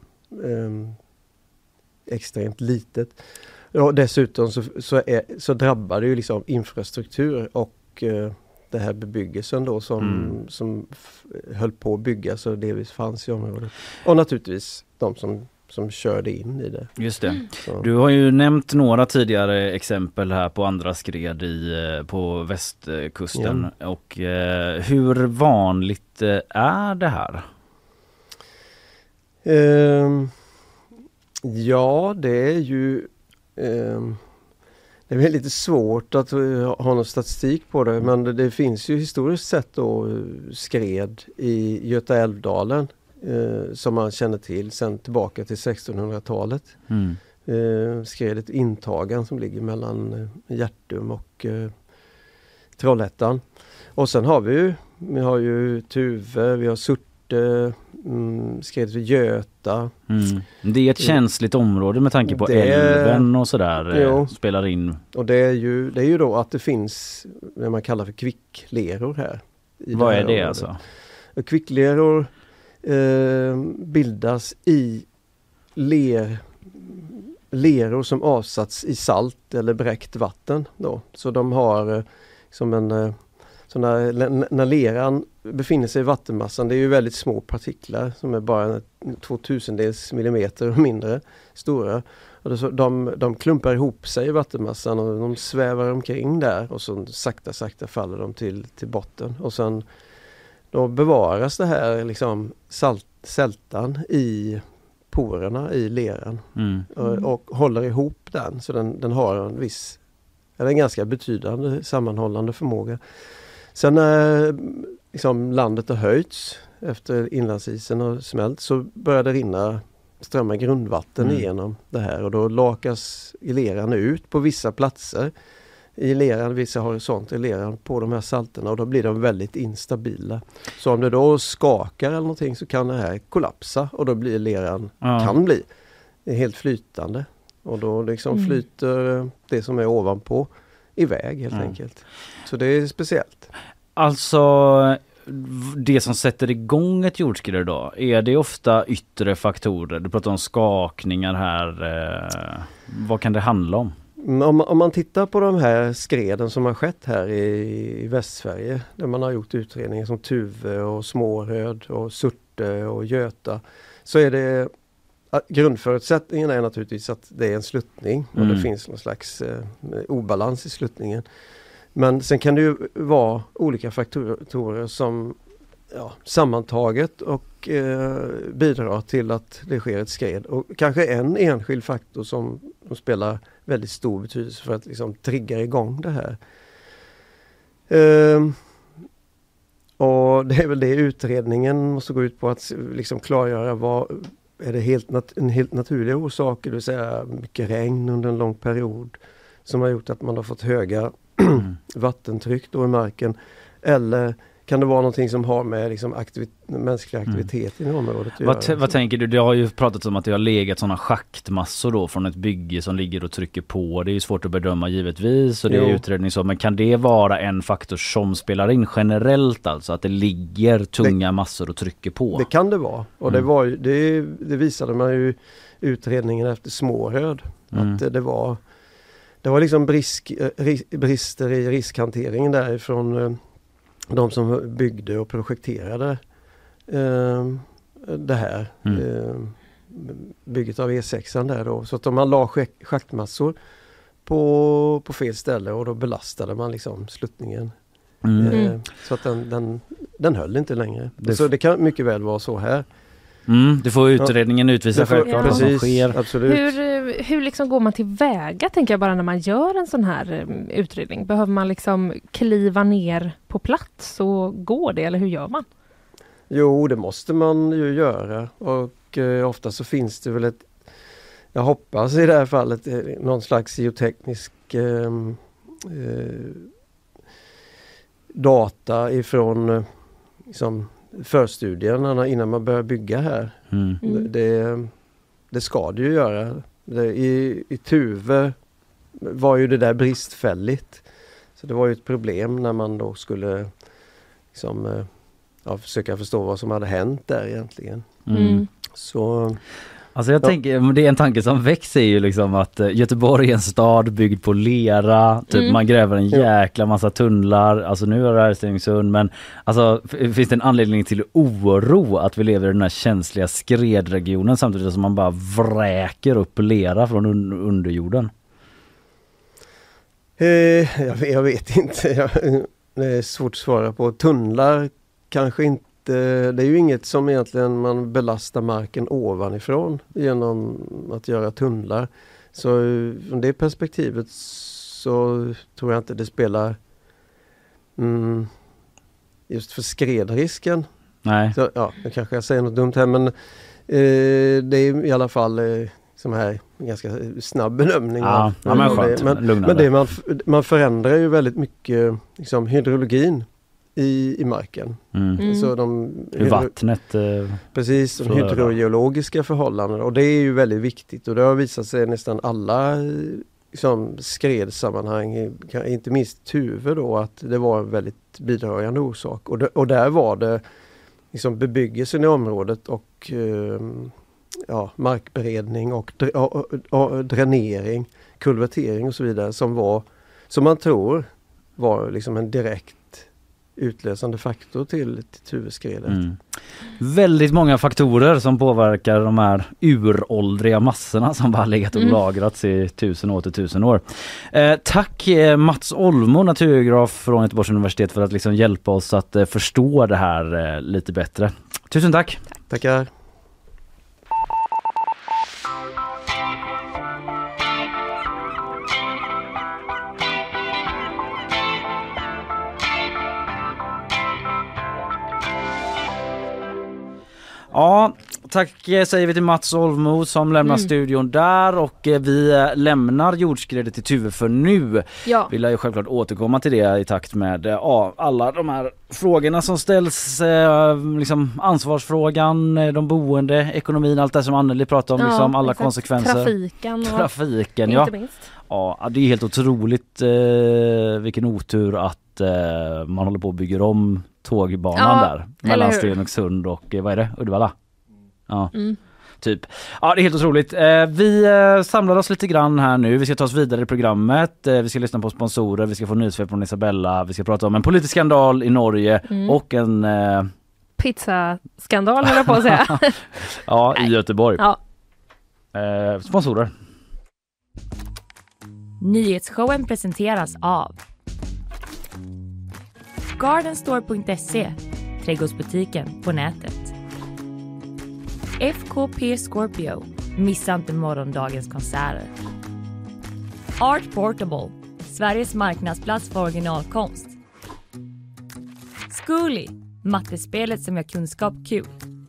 extremt litet. Och dessutom så drabbar det ju liksom infrastruktur och det här bebyggelsen då som höll på att byggas, så delvis fanns i området. Och naturligtvis de som körde in i det. Just det. Så. Du har ju nämnt några tidigare exempel här på andra skred på västkusten. Ja. Och hur vanligt är det här? Ja, det är ju det är lite svårt att ha någon statistik på det, men det finns ju historiskt sett då skred i Göta älvdalen som man känner till sedan tillbaka till 1600-talet. Skredet Intagen som ligger mellan Hjärtum och Trollhättan. Och sen har vi har ju Tuve, vi har Surte, skredet vid Göta. Det är ett känsligt område med tanke på älven och sådär spelar in. Och det är ju då att det finns det man kallar för kvickleror här. Vad är det alltså? Kvickleror bildas i leror som avsatts i salt eller bräckt vatten då. Så de har som när leran befinner sig i vattenmassan, det är ju väldigt små partiklar som är bara 2000-dels millimeter och mindre stora. Och de klumpar ihop sig i vattenmassan och de svävar omkring där och så sakta faller de till botten. Och sen då bevaras det här liksom sältan i porerna i leran och håller ihop den, så den har en ganska betydande sammanhållande förmåga. Sen när liksom landet har höjts efter inlandsisen har smält, så börjar det strömma grundvatten igenom det här, och då lakas leran ut på vissa platser i leran, vissa horisonter i leran på de här salterna, och då blir de väldigt instabila. Så om det då skakar eller någonting så kan det här kollapsa, och då blir leran kan bli helt flytande, och då liksom flyter det som är ovanpå iväg helt enkelt. Så det är speciellt. Alltså det som sätter igång ett jordskred då, är det ofta yttre faktorer? Du pratar om skakningar här. Vad kan det handla om? Om man tittar på de här skreden som har skett här i Västsverige, där man har gjort utredningar som Tuve och Småröd och Surte och Göta, så är det grundförutsättningen är naturligtvis att det är en sluttning och det finns någon slags obalans i sluttningen. Men sen kan det ju vara olika faktorer som sammantaget och bidrar till att det sker ett skred. Och kanske en enskild faktor som spelar väldigt stor betydelse för att liksom trigga igång det här. Och det är väl det utredningen måste gå ut på, att liksom klargöra vad är det en helt naturlig orsak, det vill säga mycket regn under en lång period som har gjort att man har fått höga vattentryck då i marken, eller kan det vara någonting som har med liksom mänsklig aktivitet i området att göra? Vad tänker du? Det har ju pratat om att det har legat sådana schaktmassor då från ett bygge som ligger och trycker på. Det är ju svårt att bedöma givetvis, och det är utredning så. Men kan det vara en faktor som spelar in generellt, alltså att det ligger tunga massor och trycker på? Det kan det vara. Och det visade man ju utredningen efter Småröd. Att det var liksom brister i riskhanteringen därifrån de som byggde och projekterade det här bygget av E6 där då. Så att man la schaktmassor på fel ställe, och då belastade man liksom sluttningen. Så att den höll inte längre. Så det kan mycket väl vara så här. Det får utredningen utvisa självklart vad som sker. Absolut. Hur liksom går man tillväga, tänker jag, bara när man gör en sån här utredning? Behöver man liksom kliva ner på plats och gå det, eller hur gör man? Jo, det måste man ju göra, och ofta så finns det väl jag hoppas i det här fallet någon slags geoteknisk data ifrån liksom förstudierna innan man börjar bygga här. Det ska det ju göra. I Tuve var ju det där bristfälligt. Så det var ju ett problem när man då skulle liksom, försöka förstå vad som hade hänt där egentligen. Så Alltså jag tänker, det är en tanke som växer ju liksom att Göteborg är en stad byggd på lera, typ man gräver en jäkla massa tunnlar, alltså nu är det här Stenungsund, men alltså finns det en anledning till oro att vi lever i den här känsliga skredregionen samtidigt som man bara vräker upp lera från underjorden? Jag vet inte, det är svårt att svara på. Tunnlar kanske inte. Det är ju inget som egentligen man belastar marken ovanifrån genom att göra tunnlar. Så från det perspektivet så tror jag inte det spelar just för skredrisken. Nej. Så, ja, jag säger något dumt här, men det är i alla fall som här ganska snabb bedömning. Ja, men skönt. Men det man förändrar ju väldigt mycket liksom, hydrologin i marken. Så vattnet precis, de hydrogeologiska förhållanden, och det är ju väldigt viktigt, och det har visat sig nästan alla liksom, skredsammanhang, inte minst Tuve då, att det var en väldigt bidragande orsak, och där var det liksom bebyggelsen i området och markberedning och dränering, kulvertering och så vidare som man tror var liksom en direkt utlösande faktor till Tuveskredet. Väldigt många faktorer som påverkar de här uråldriga massorna som bara legat och lagrats i 1000 år till 1000 år. Tack Mats Olmo, naturgeograf från Göteborgs universitet, för att liksom hjälpa oss att förstå det här lite bättre. Tusen tack! Tackar! Ja, tack säger vi till Mats Olmo som lämnar studion där, och vi lämnar jordskredet till Tuve för nu. Ja. Vi lär ju självklart återkomma till det i takt med alla de här frågorna som ställs, liksom ansvarsfrågan, de boende, ekonomin, allt det som Anneli pratade om, liksom alla konsekvenser. Trafiken, inte minst. Ja, det är helt otroligt vilken otur att man håller på att bygga om tågbanan där mellan Stenungsund och vad är det? Uddevalla. Ja. Typ. Ja, det är helt otroligt. Vi samlar oss lite grann här nu. Vi ska ta oss vidare i programmet. Vi ska lyssna på sponsorer. Vi ska få nyhetssvep från Isabella. Vi ska prata om en politisk skandal i Norge och en pizzaskandal, höll jag på att säga. Ja, i Göteborg. Ja. Sponsorer. Nyhetsshowen presenteras av Gardenstore.se, trädgårdsbutiken på nätet. FKP Scorpio, missa inte morgondagens konserter. Art Portable, Sveriges marknadsplats för originalkonst. Zcooly, mattespelet som gör kunskap kul.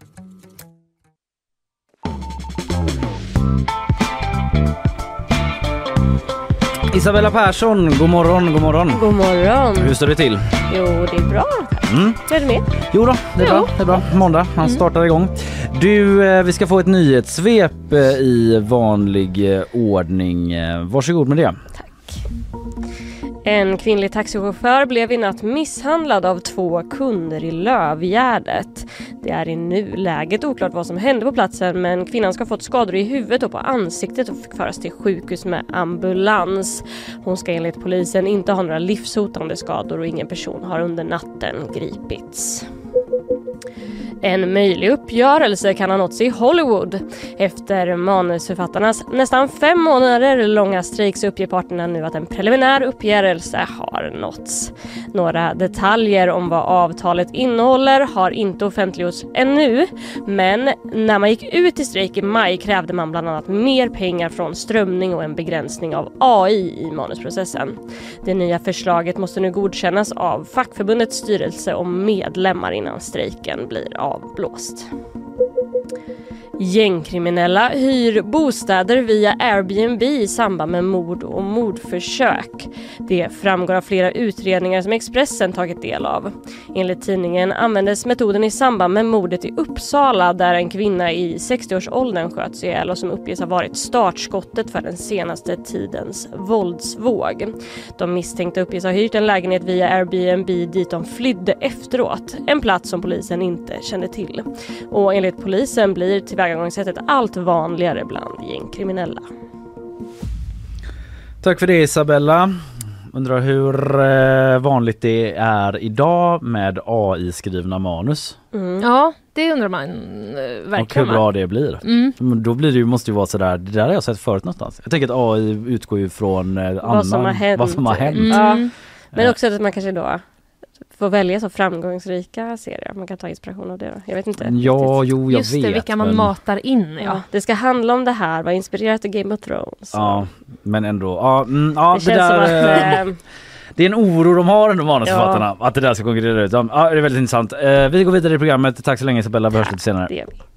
Isabella Persson, god morgon, god morgon. God morgon. Hur står det till? Jo, det är bra. Hur är det med? Jo då, det är bra. Måndag, han startar igång. Du, vi ska få ett nyhetssvep i vanlig ordning. Varsågod med det. Tack. En kvinnlig taxichaufför blev i natt misshandlad av 2 kunder i Lövgärdet. Det är i nuläget oklart vad som hände på platsen, men kvinnan ska ha fått skador i huvudet och på ansiktet och fick föras till sjukhus med ambulans. Hon ska enligt polisen inte ha några livshotande skador och ingen person har under natten gripits. En möjlig uppgörelse kan ha nåtts i Hollywood. Efter manusförfattarnas nästan 5 månader långa strejk så uppger parterna nu att en preliminär uppgörelse har nåtts. Några detaljer om vad avtalet innehåller har inte offentliggjorts ännu, men när man gick ut i strejk i maj krävde man bland annat mer pengar från strömning och en begränsning av AI i manusprocessen. Det nya förslaget måste nu godkännas av fackförbundets styrelse och medlemmar innan strejken blir avblåst. Gängkriminella hyr bostäder via Airbnb i samband med mord och mordförsök. Det framgår av flera utredningar som Expressen tagit del av. Enligt tidningen användes metoden i samband med mordet i Uppsala där en kvinna i 60-årsåldern sköts ihjäl och som uppges ha varit startskottet för den senaste tidens våldsvåg. De misstänkta uppges ha hyrt en lägenhet via Airbnb dit de flydde efteråt. En plats som polisen inte kände till. Och enligt polisen blir tillvägagångssättet allt vanligare bland gängkriminella. Tack för det, Isabella. Undrar hur vanligt det är idag med AI-skrivna manus. Ja, det undrar man verkligen. Och hur bra det blir. Då blir det ju, måste ju vara sådär, det där har jag sett förut någonstans. Jag tänker att AI utgår ju från vad som har hänt. Ja. Men också att man kanske då får välja så framgångsrika serier. Man kan ta inspiration av det då. Jag vet inte. Ja, jo, jag just vet. Just det, vilka man matar in. Ja. Det ska handla om det här. Var inspirerat av Game of Thrones. Ja, men ändå. Det känns där, som att... det är en oro de har, de manusförfattarna, att det där ska konkurrera ut dem. Ja, det är väldigt intressant. Vi går vidare i programmet. Tack så länge, Isabella. Vi hörs lite senare. Det är vi.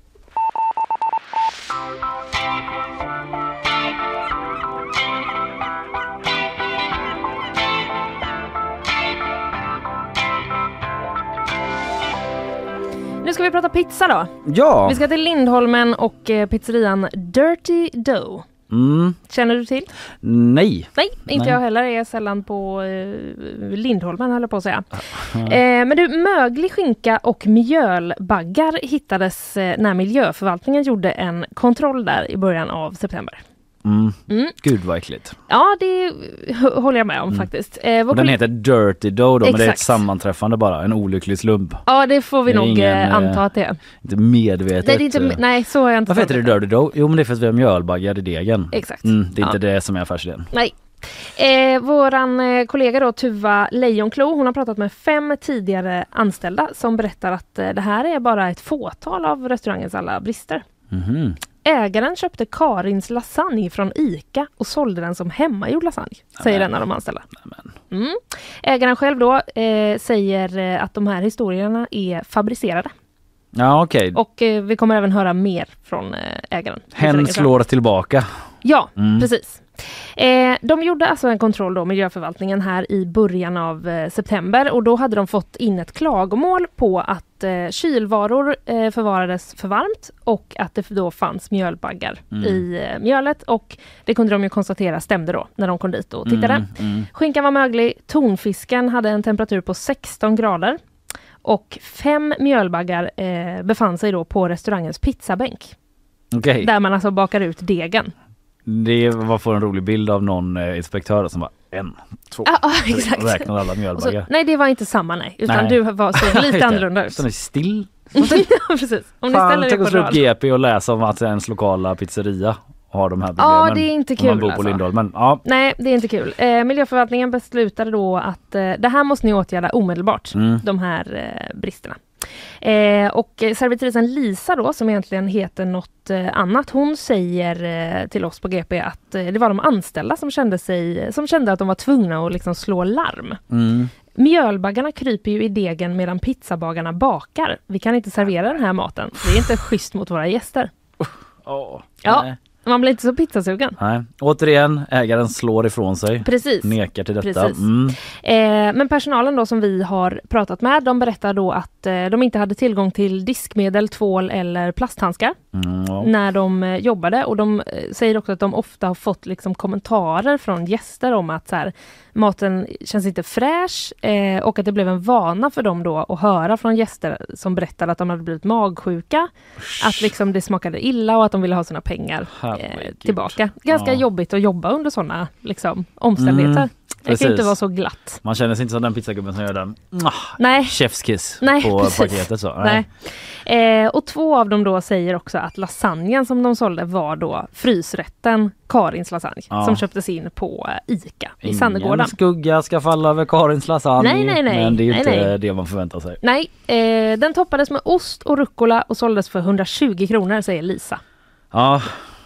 Nu ska vi prata pizza då. Ja. Vi ska till Lindholmen och pizzerian Dirty Dough. Känner du till? Nej. Nej, inte jag heller. Jag är sällan på Lindholmen, höll jag på att säga. Men du, möglig skinka och mjölbaggar hittades när miljöförvaltningen gjorde en kontroll där i början av september. Gud vad äckligt. Ja, det håller jag med om faktiskt. Den heter Dirty Dough då, men det är ett Exakt. sammanträffande bara, en olycklig slump. Ja, det får vi Det är nog anta att det är. Inte medvetet. Nej, så har jag inte. Varför heter det Dirty Dough? Jo, men det är för att vi har mjölbaggar i degen. Exakt. Det är inte det som är affärsidén. Nej. Våran kollega då, Tuva Lejonklo, hon har pratat med 5 tidigare anställda som berättar att det här är bara ett fåtal av restaurangens alla brister. Ägaren köpte Karins lasagne från ICA och sålde den som hemmagjord lasagne, säger en av de anställda. Ägaren själv då säger att de här historierna är fabricerade. Ja, okej. Och vi kommer även höra mer från ägaren. Hen slår tillbaka. Ja, precis. De gjorde alltså en kontroll då, miljöförvaltningen, här i början av september, och då hade de fått in ett klagomål på att kylvaror förvarades för varmt och att det då fanns mjölbaggar i mjölet, och det kunde de ju konstatera stämde då när de kom dit och tittade. Skinkan var möglig, tonfisken hade en temperatur på 16 grader och 5 mjölbaggar befann sig då på restaurangens pizzabänk. Okay. Där man alltså bakar ut degen. Det var för en rolig bild av någon inspektör som var 1, 2, exakt. räknar alla mjölbaggar. Nej, det var inte samma, utan du var så lite annorlunda ut. Den är still. Precis. Om ni ställer tänk det att slå upp på GP och läsa om att ens lokala pizzeria har de här problemen. Ja, det är inte kul. Om man bor på Lindholmen. Ja. Nej, det är inte kul. Miljöförvaltningen beslutade då att det här måste ni åtgärda omedelbart, de här bristerna. Och servitrisen Lisa då, som egentligen heter något annat, hon säger till oss på GP att det var de anställda som kände att de var tvungna att liksom slå larm. Mjölbaggarna kryper ju i degen medan pizzabagarna bakar. Vi kan inte servera den här maten. Det är inte schysst mot våra gäster. Nej. Man blir inte så pizzasugen. Nej. Återigen, ägaren slår ifrån sig. Precis. Nekar till detta. Men personalen då som vi har pratat med, de berättar då att de inte hade tillgång till diskmedel, tvål eller plasthandskar när de jobbade. Och de säger också att de ofta har fått liksom kommentarer från gäster om att så här, maten känns inte fräsch, och att det blev en vana för dem då att höra från gäster som berättade att de hade blivit magsjuka, att liksom det smakade illa och att de ville ha sina pengar tillbaka. Ganska jobbigt att jobba under sådana liksom, omständigheter. Det kan inte vara så glatt. Man känner sig inte som den pizzagubben som gör den chefskiss på paketet. Så. Nej. Och 2 av dem då säger också att lasagnen som de sålde var då frysrätten Karins lasagne som köptes in på ICA i Sandegården. Ingen skugga ska falla över Karins lasagne. Nej. Men det är ju inte det man förväntar sig. Nej, den toppades med ost och rucola och såldes för 120 kronor, säger Lisa. Ja.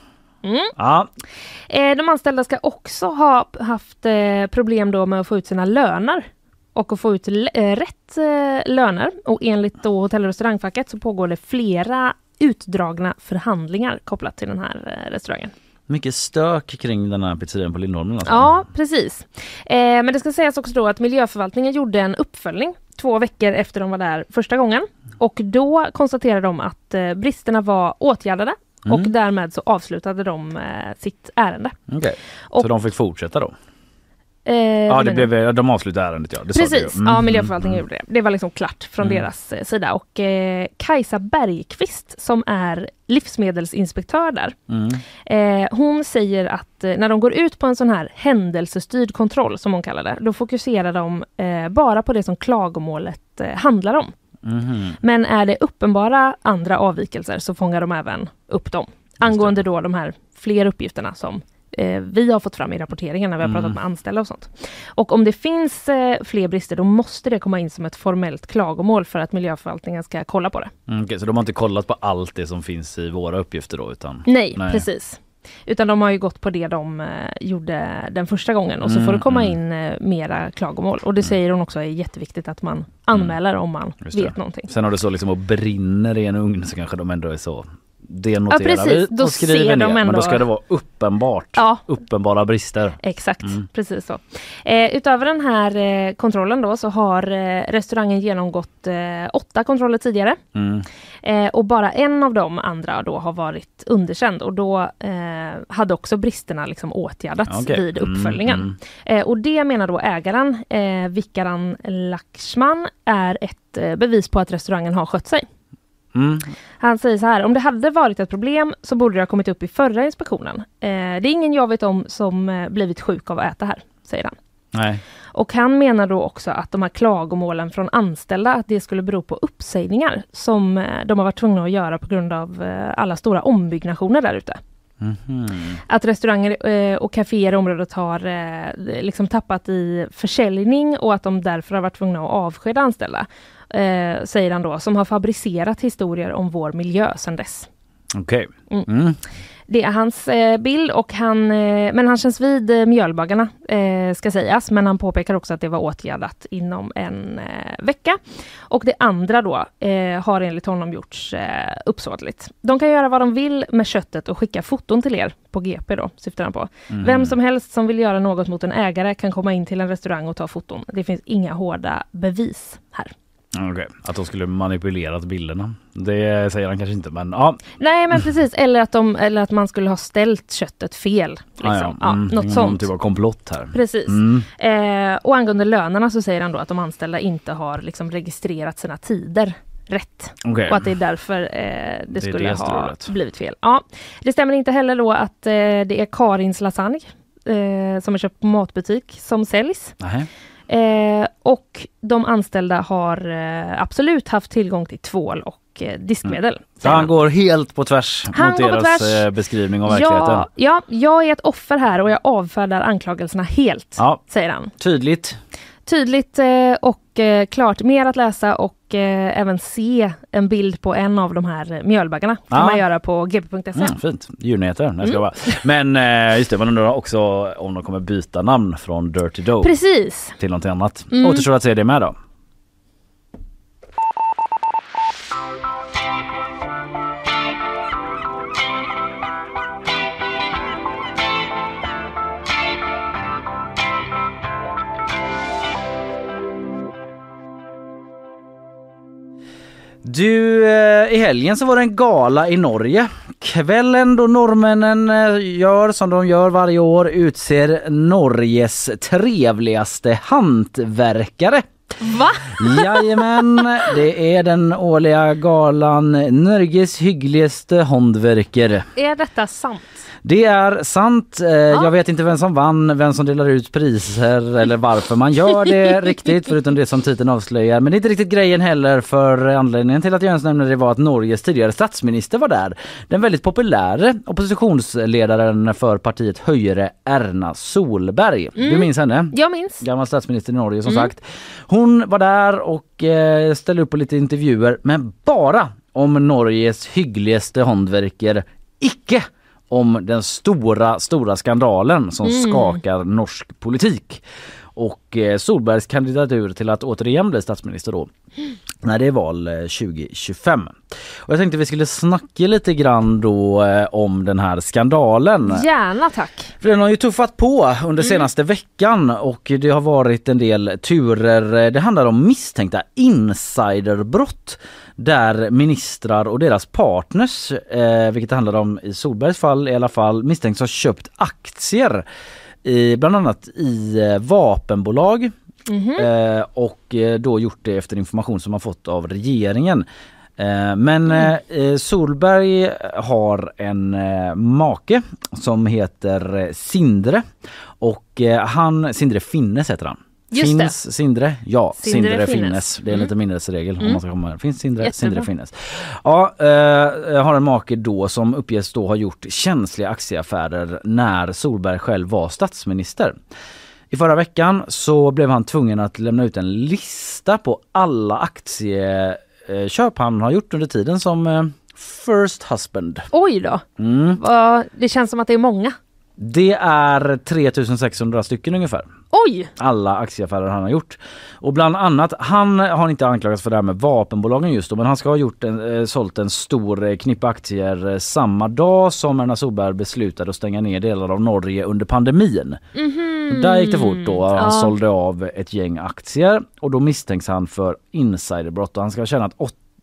Ja. De anställda ska också ha haft problem då med att få ut sina löner och att få ut rätt löner. Och enligt då Hotell- och restaurangfacket så pågår det flera utdragna förhandlingar kopplat till den här restaurangen. Mycket stök kring den här pizzerian på Lindholmen. Alltså. Ja, precis. Men det ska sägas också då att miljöförvaltningen gjorde en uppföljning 2 veckor efter de var där första gången. Och då konstaterade de att bristerna var åtgärdade. Och därmed så avslutade de sitt ärende. Okej. Så de fick fortsätta då? De avslutade ärendet, ja. Det precis, miljöförvaltningen gjorde det. Det var liksom klart från deras sida. Och Kajsa Bergqvist som är livsmedelsinspektör där. Hon säger att när de går ut på en sån här händelsestyrd kontroll som hon kallar det, då fokuserar de bara på det som klagomålet handlar om. Men är det uppenbara andra avvikelser så fångar de även upp dem. Angående då de här fler uppgifterna som vi har fått fram i rapporteringen när vi har pratat med anställda och sånt. Och om det finns fler brister, då måste det komma in som ett formellt klagomål för att miljöförvaltningen ska kolla på det. Okej, så de har inte kollat på allt det som finns i våra uppgifter då? Nej, precis. Utan de har ju gått på det de gjorde den första gången och så får det komma in mera klagomål. Och det säger hon också är jätteviktigt att man anmäler om man vet någonting. Sen har det så liksom och brinner i en ugn så kanske de ändå är så... Det noterar precis. Vi och skriver ner, men då ska det vara uppenbara brister. Exakt, precis så. Utöver den här kontrollen då så har restaurangen genomgått 8 kontroller tidigare. Och bara en av de andra då har varit underkänd och då hade också bristerna liksom åtgärdats vid uppföljningen. Och det menar då ägaren Vikaran Lakshman är ett bevis på att restaurangen har skött sig. Han säger så här: om det hade varit ett problem så borde det ha kommit upp i förra inspektionen. Det är ingen jag vet om som blivit sjuk av att äta här, säger han. Nej. Och han menar då också att de här klagomålen från anställda, att det skulle bero på uppsägningar som de har varit tvungna att göra på grund av alla stora ombyggnationer där ute. Att restauranger och kaféer i området har liksom tappat i försäljning och att de därför har varit tvungna att avskeda anställda. Säger han då, som har fabricerat historier om vår miljö sedan dess. Okej. Det är hans bild och men han känns vid mjölbaggarna ska sägas, men han påpekar också att det var åtgärdat inom en vecka. Och det andra då har enligt honom gjorts uppsåtligt. De kan göra vad de vill med köttet och skicka foton till er på GP då, syftar han på. Vem som helst som vill göra något mot en ägare kan komma in till en restaurang och ta foton. Det finns inga hårda bevis här. Okej, att de skulle manipulerat bilderna. Det säger han kanske inte, men ja. Nej, men precis. Eller att man skulle ha ställt köttet fel. Liksom. Något sånt. Typ av komplott här. Precis. Och angående lönerna så säger han då att de anställda inte har liksom registrerat sina tider rätt. Och att det är därför det skulle ha blivit fel. Ja. Det stämmer inte heller då att det är Karins lasagne som är köpt på matbutik som säljs. Nej. Och de anställda har absolut haft tillgång till tvål och diskmedel. Så han går helt på tvärs mot deras beskrivning av verkligheten. Ja, jag är ett offer här och jag avfärdar anklagelserna helt, säger han. Tydligt och klart. Mer att läsa och även se en bild på en av de här mjölbaggarna. Kan man göra på gp.se. Fint. Djurnyheter. Men just det, man undrar också om de kommer byta namn från Dirty Dough. Precis. Till något annat. Återstår att se det med då. Du, i helgen så var det en gala i Norge. Kvällen då norrmännen gör som de gör varje år, utser Norges trevligaste hantverkare. Va? Jajamän, det är den årliga galan Norges hyggligaste håndverkare. Är detta sant? Det är sant. Jag vet inte vem som vann, vem som delar ut priser eller varför man gör det riktigt, förutom det som titeln avslöjar. Men det är inte riktigt grejen heller, för anledningen till att jag ens nämnde det var att Norges tidigare statsminister var där. Den väldigt populära oppositionsledaren för partiet Høyre, Erna Solberg. Du minns henne? Jag minns. Gammal statsminister i Norge som sagt. Hon var där och ställde upp på lite intervjuer, men bara om Norges hyggligaste håndverkare, icke om den stora skandalen som skakar norsk politik. Och Solbergs kandidatur till att återigen bli statsminister då, när det är val 2025. Och jag tänkte vi skulle snacka lite grann då om den här skandalen. Gärna, tack. För den har ju tuffat på under senaste veckan och det har varit en del turer. Det handlar om misstänkta insiderbrott där ministrar och deras partners, vilket det handlar om i Solbergs fall i alla fall, misstänks ha köpt aktier bland annat i vapenbolag och då gjort det efter information som man fått av regeringen. Men Solberg har en make som heter Sindre och Sindre Finnes heter han. Just finns det. Sindre? Ja, Sindre Finnes. Finnes. Det är lite minnesregel om man ska komma. Finns Sindre Finnes. Ja, har en make då som uppges då ha gjort känsliga aktieaffärer när Solberg själv var statsminister. I förra veckan så blev han tvungen att lämna ut en lista på alla aktieköp han har gjort under tiden som first husband. Oj då. Det känns som att det är många. Det är 3600 stycken ungefär. Oj! Alla aktieaffärer han har gjort. Och bland annat, han har inte anklagats för det här med vapenbolagen just då, men han ska ha sålt en stor knippa aktier samma dag som Erna Solberg beslutade att stänga ner delar av Norge under pandemin. Där gick det fort då. Han sålde av ett gäng aktier och då misstänks han för insiderbrott och han ska ha tjänat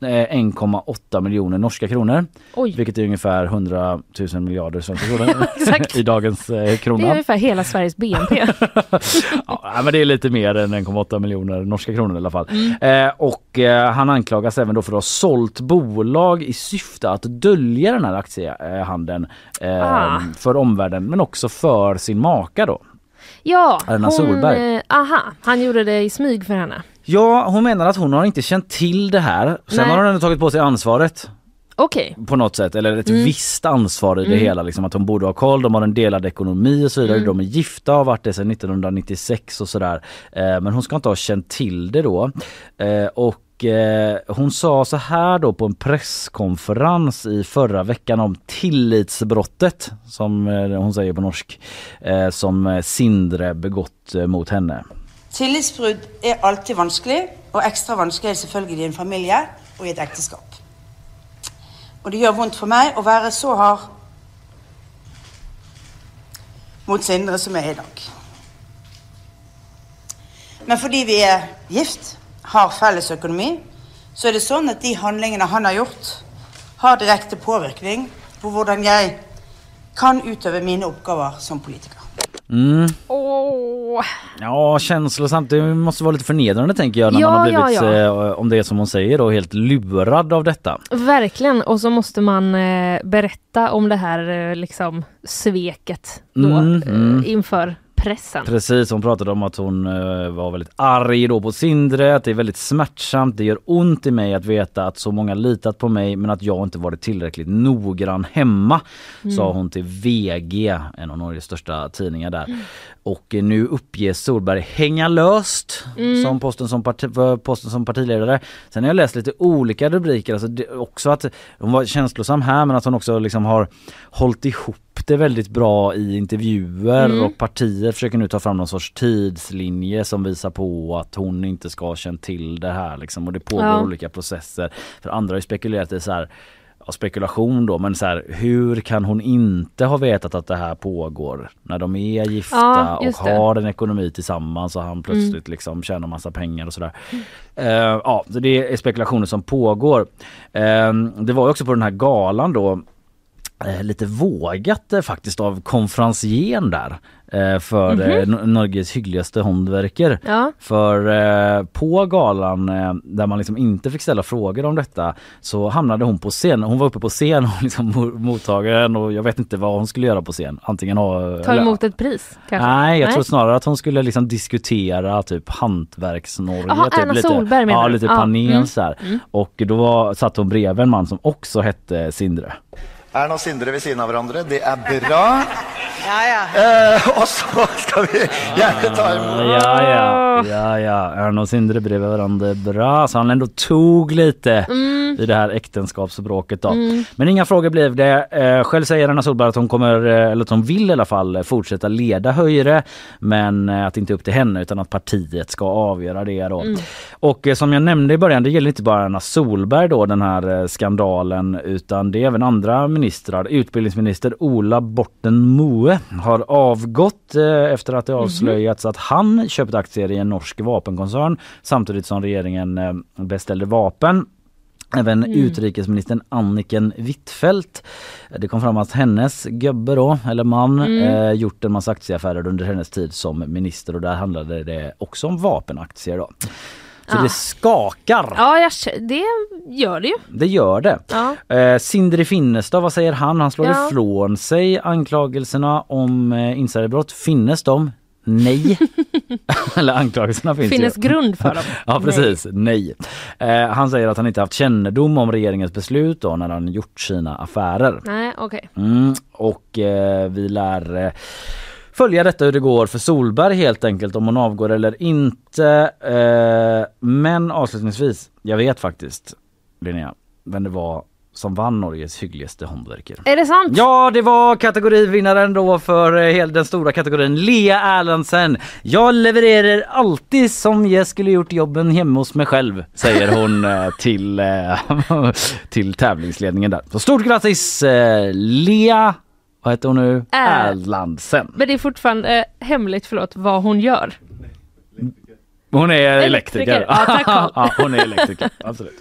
1,8 miljoner norska kronor. Oj. Vilket är ungefär 100 000 miljarder svenska kronor i dagens krona. Det är ungefär hela Sveriges BNP. Ja, men det är lite mer än 1,8 miljoner norska kronor i alla fall. Och han anklagas även då för att ha sålt bolag i syfte att dölja den här aktiehandeln för omvärlden, men också för sin maka då. Ja, Erna Solberg. Han gjorde det i smyg för henne. Ja, hon menar att hon har inte känt till det här. Sen har hon ändå tagit på sig ansvaret. Okej. På något sätt, eller ett visst ansvar i det hela. Liksom, att hon borde ha koll, de har en delad ekonomi och så vidare. De är gifta och har varit det sedan 1996 och sådär. Men hon ska inte ha känt till det då. Och hon sa så här då på en presskonferens i förra veckan om tillitsbrottet, som hon säger på norsk, som Sindre begått mot henne. Tillitsbrudd är alltid vanskelig, och extra vanskelig selvfølgelig i en familie och i ett äktenskap. Och det gör vondt för mig att vara så hard mot Sindre som jag är idag. Men fordi vi är gift, har felles ekonomi, så är det sånn att de handlingarna han har gjort har direkte påvirkning på hvordan jag kan utöva mina uppgifter som politiker. Ja, känslosamt. Det måste vara lite förnedrande tänker jag när man har blivit, om det är som hon säger då, helt lurad av detta. Verkligen, och så måste man berätta om det här liksom sveket då inför pressen. Precis, hon pratade om att hon var väldigt arg då på Sindre, att det är väldigt smärtsamt, det gör ont i mig att veta att så många litat på mig men att jag inte varit tillräckligt noggrann hemma, sa hon till VG, en av Norges största tidningar där. Och nu uppges Solberg hänga löst som posten som partiledare. Sen har jag läst lite olika rubriker, alltså också att hon var känslosam här, men att hon också liksom har hållit ihop det väldigt bra i intervjuer och partiet försöker nu ta fram någon sorts tidslinje som visar på att hon inte ska ha känt till det här liksom, och det pågår olika processer. För andra har ju spekulerat i så här, spekulation då, men så här, hur kan hon inte ha vetat att det här pågår när de är gifta och har en ekonomi tillsammans och han plötsligt liksom tjänar massa pengar och sådär. Så det är spekulationer som pågår. Det var ju också på den här galan då lite vågat faktiskt av konferencieren där för Norges hyggligaste håndverker. För på galan där man liksom inte fick ställa frågor om detta, så hamnade hon på scen. Hon var uppe på scen och liksom mottagaren, och jag vet inte vad hon skulle göra på scen. Antingen ta emot ett pris kanske? Nej, jag tror snarare att hon skulle liksom diskutera typ hantverks-Norge. Erna Solberg menar du? Lite panel så här. Och då satt hon bredvid en man som också hette Sindre. Erna och Sindre vid sidan av varandra, det är bra. Och så ska vi gärna ta emot. Ja. Erna och Sindre bredvid varandra, bra. Så han ändå tog lite i det här äktenskapsbråket då. Men inga frågor blev det. Själv säger Erna Solberg att hon kommer, eller att hon vill i alla fall fortsätta leda Høyre, men att inte upp till henne utan att partiet ska avgöra det då. Och som jag nämnde i början, det gäller inte bara Erna Solberg då, den här skandalen, utan det är även andra ministrar. Utbildningsminister Ola Borten Moe har avgått efter att det avslöjats att han köpt aktier i en norsk vapenkoncern samtidigt som regeringen beställde vapen. Även utrikesministern Anniken Huitfeldt. Det kom fram att hennes gubbe då, eller man, gjort en massa aktieaffärer under hennes tid som minister, och där handlade det också om vapenaktier då. Så det skakar. Ja, det gör det ju. Det gör det. Ja. Sindri Finnestad, vad säger han? Han slår ifrån sig anklagelserna om insiderbrott. Finnes de? Nej. Eller anklagelserna finns grund för dem. Ja, precis. Nej. Han säger att han inte haft kännedom om regeringens beslut då, när han gjort sina affärer. Nej, okej. Och vi lär följa detta hur det går för Solberg helt enkelt, om hon avgår eller inte. Men avslutningsvis, jag vet faktiskt, Linnea, vem det var som vann Norges hyggligaste håndverkare. Är det sant? Ja, det var kategorivinnaren då för hela den stora kategorin, Lea Erlandsen. Jag levererar alltid som jag skulle gjort jobben hemma hos mig själv, säger hon till tävlingsledningen där. Så stort grattis Lea, vad heter hon nu? Erlandsen. Men det är fortfarande hemligt, vad hon gör. Hon är elektriker. Ja, tack Carl. Ja, hon är elektriker, absolut.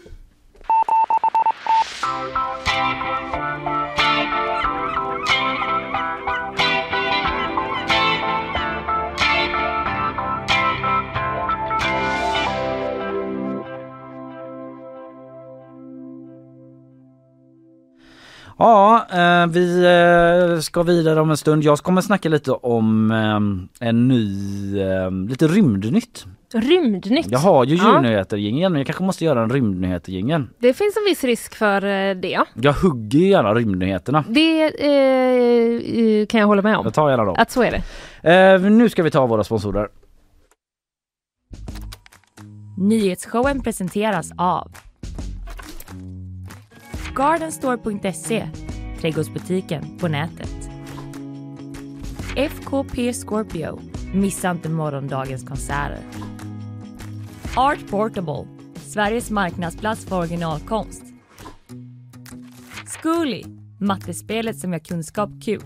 Ja, vi ska vidare om en stund. Jag kommer snacka lite om en ny, lite rymdnytt. Rymdnytt? Jag har ju djurnyheter-gingen, men jag kanske måste göra en rymdnyheter-gingen. Det finns en viss risk för det. Jag hugger gärna rymdnyheterna. Det kan jag hålla med om. Jag tar gärna dem. Att så är det. Nu ska vi ta våra sponsorer. Nyhetsshowen presenteras av Gardenstore.se, trädgårdsbutiken på nätet. FKP Scorpio, missa inte morgondagens konserter. Art Portable, Sveriges marknadsplats för originalkonst. Zcooly, mattespelet som gör kunskap kul.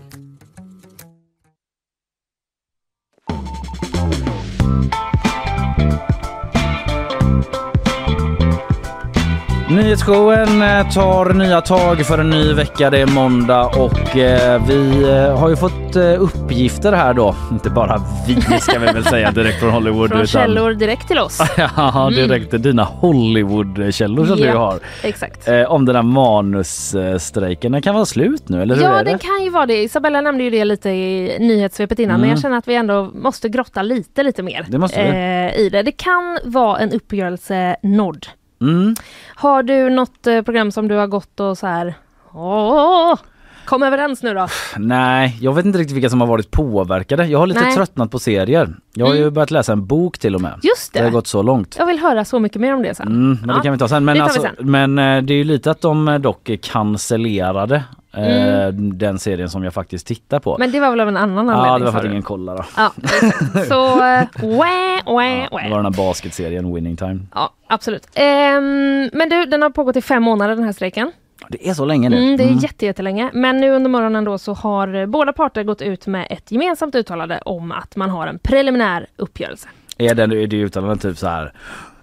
Nyhetsshowen tar nya tag för en ny vecka. Det är måndag och vi har ju fått uppgifter här då. Inte bara vi, ska vi väl säga, direkt från Hollywood. Från källor direkt till oss. Ja, direkt till dina Hollywood-källor som du har. Exakt. Om den här manusstrejken. Den kan vara slut nu, eller hur är det? Den kan ju vara det. Isabella nämnde ju det lite i nyhetssvepet innan. Men jag känner att vi ändå måste grotta lite mer det måste vi. I det. Det kan vara en uppgörelse nådd. Har du något program som du har gått och så här kom överens nu då? Nej, jag vet inte riktigt vilka som har varit påverkade. Jag har lite tröttnat på serier. Jag har ju börjat läsa en bok till och med. Just det. Det har gått så långt. Jag vill höra så mycket mer om det sen. Men det kan vi ta sen. Men det är ju lite att de dock cancellerade den serien som jag faktiskt tittar på. Men det var väl av en annan anledning? Ja, det var för att ingen kollar då. Ja, så Det var den här basketserien Winning Time. Ja, absolut. Men du, den har pågått i 5 månader den här strejken. Det är så länge nu. Det är jättelänge. Men nu under morgonen då så har båda parter gått ut med ett gemensamt uttalande om att man har en preliminär uppgörelse. Är det uttalandet typ så här: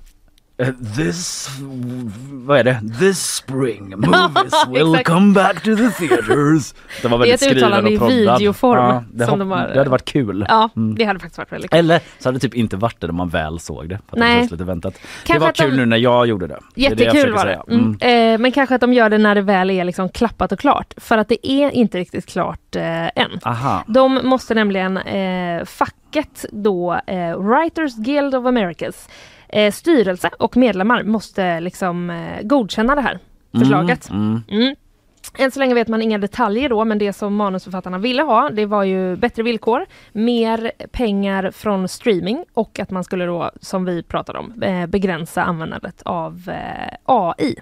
This spring movies will come back to the theaters. Det var väldigt skriven och proddad. Det är ett uttalande i videoform. Det hade varit kul. Ja, det hade faktiskt varit väldigt kul. Eller så hade det typ inte varit det när man väl såg det. För att Nej. Det känns lite väntat. Det var kul nu när jag gjorde det. Jättekul var det. Men kanske att de gör det när det väl är liksom klappat och klart. För att det är inte riktigt klart än. Aha. De måste nämligen facket då Writers Guild of Americas styrelse och medlemmar måste liksom godkänna det här förslaget. Än så länge vet man inga detaljer då, men det som manusförfattarna ville ha, det var ju bättre villkor, mer pengar från streaming och att man skulle då, som vi pratade om, begränsa användandet av AI.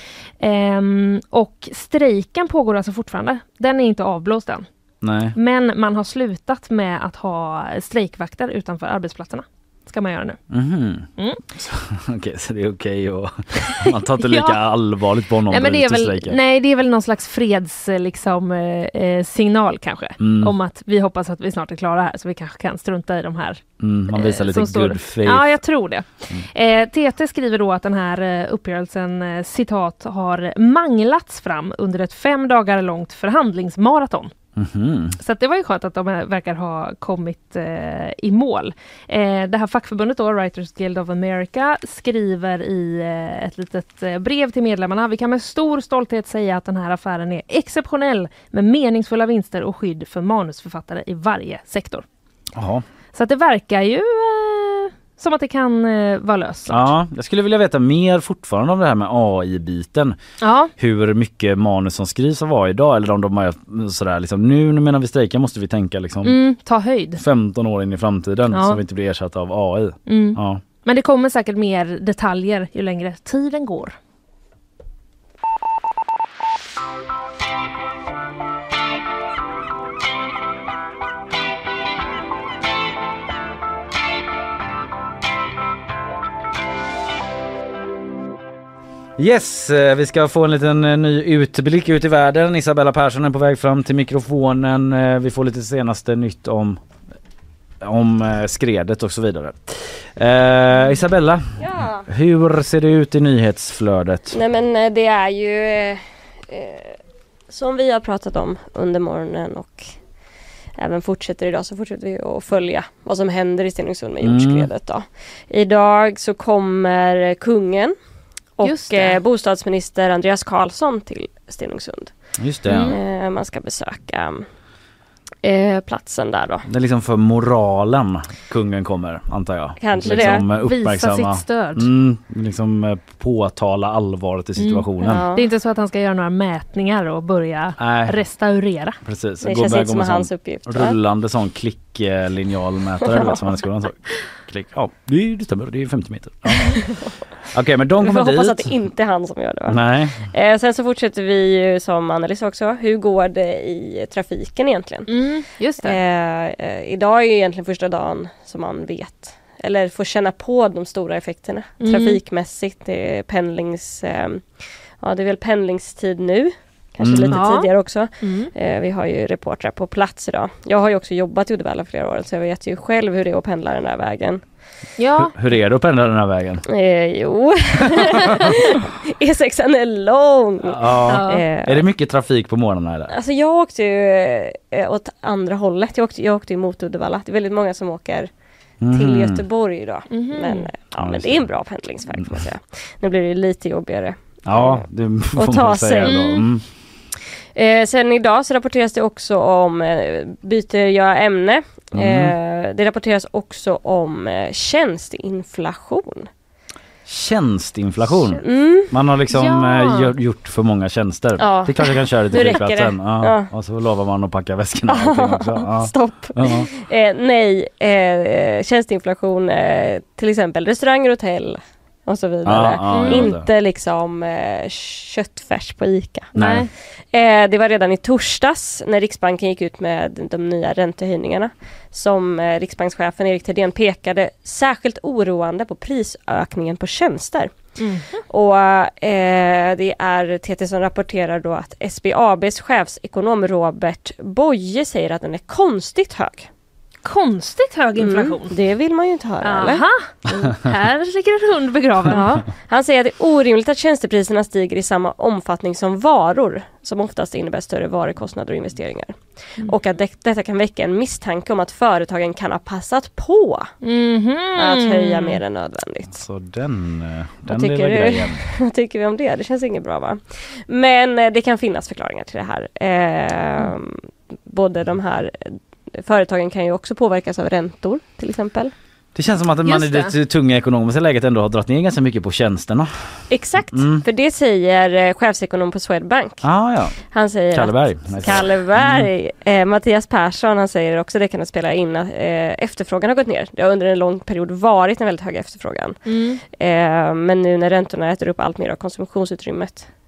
Och strejken pågår alltså fortfarande. Den är inte avblåst än. Nej. Men man har slutat med att ha strejkvakter utanför arbetsplatserna. ska man göra nu. Okej, så det är okej och man tar inte lika allvarligt på någon. Nej, men det är väl någon slags freds signal kanske. Om att vi hoppas att vi snart är klara här, så vi kanske kan strunta i de här. Man visar lite good faith. Ja, jag tror det. TT skriver då att den här uppgörelsen, citat, har manglats fram under ett 5 dagar långt förhandlingsmaraton. Så att det var ju skönt att de verkar ha kommit i mål. Det här fackförbundet då, Writers Guild of America, skriver i ett litet brev till medlemmarna: vi kan med stor stolthet säga att den här affären är exceptionell med meningsfulla vinster och skydd för manusförfattare i varje sektor. Jaha. Så att det verkar ju som att det kan vara löst. Ja, jag skulle vilja veta mer fortfarande om det här med AI-biten. Ja. Hur mycket manus som skrivs av AI idag, eller om de är sådär liksom, nu menar vi strejkar måste vi tänka liksom ta höjd. 15 år in i framtiden så vi inte blir ersatta av AI. Ja. Men det kommer säkert mer detaljer ju längre tiden går. Yes, vi ska få en liten ny utblick ut i världen. Isabella Persson är på väg fram till mikrofonen. Vi får lite senaste nytt om skredet och så vidare. Isabella, hur ser det ut i nyhetsflödet? Nej, men det är ju som vi har pratat om under morgonen och även fortsätter idag, så fortsätter vi att följa vad som händer i Stenungsund med jordskredet då. Idag så kommer kungen och bostadsminister Andreas Karlsson till Stenungsund. Just det. Man ska besöka platsen där då. Det är liksom för moralen kungen kommer, antar jag. Kanske liksom det. Visa sitt stöd. Liksom påtala allvaret i situationen. Det är inte så att han ska göra några mätningar och börja restaurera. Precis. Det känns inte som hans uppgift. Rullande sån klicklinjalmätare du vet, som man i skolan så. Klick. Ja, det stämmer. Det är 50 meter. Ja. Okej, men de kommer dit. Jag hoppas att det inte är han som gör det, va? Nej. Sen så fortsätter vi ju som analys också. Hur går det i trafiken egentligen? Just det. Idag är ju egentligen första dagen som man vet. Eller får känna på de stora effekterna. Trafikmässigt. Det är det är väl pendlingstid nu. Kanske lite tidigare också. Vi har ju reportrar på plats idag. Jag har ju också jobbat i Uddevalla flera år, så jag vet ju själv hur det är att pendla den här vägen. Ja. Hur är det att pendla den här vägen? Jo. E6 är lång. Är det mycket trafik på morgonen eller? Alltså jag åkte ju åt andra hållet. Jag åkte mot Uddevalla. Det är väldigt många som åker till Göteborg idag. Men det är en bra pendlingsväg, får man säga. Nu blir det lite jobbigare. Ja, det får och ta man säga då. Sen idag så rapporteras det också om byter jag ämne. Det rapporteras också om tjänsteinflation. Tjänsteinflation? Man har liksom gjort för många tjänster. Det är klart jag kan köra det till flygplatsen. Och så lovar man att packa väskorna och allting också. Stopp. Nej, tjänsteinflation, till exempel restauranger, hotell och så vidare. Inte liksom köttfärs på ICA. Nej. Det var redan i torsdags när Riksbanken gick ut med de nya räntehöjningarna som riksbankschefen Erik Thedéen pekade särskilt oroande på prisökningen på tjänster. Och det är TT som rapporterar då att SBABs chefsekonom Robert Boye säger att den är konstigt hög. Konstigt hög inflation. Det vill man ju inte höra, eller? Här ligger en hund begraven. Han säger att det är orimligt att tjänstepriserna stiger i samma omfattning som varor, som oftast innebär större varukostnader och investeringar. Och att detta kan väcka en misstanke om att företagen kan ha passat på att höja mer än nödvändigt. Så den lilla grejen. Vad tycker vi om det? Det känns inget bra, va? Men det kan finnas förklaringar till det här. Både de här företagen kan ju också påverkas av räntor, till exempel. Det känns som att man i det tunga ekonomiska läget ändå har dragit ner ganska mycket på tjänsterna. Exakt, för det säger chefsekonom på Swedbank. Han säger Kalle Berg. Mattias Persson, han säger också det kan spela in att efterfrågan har gått ner. Det har under en lång period varit en väldigt hög efterfrågan. Men nu när räntorna äter upp allt mer av konsumtionsutrymmet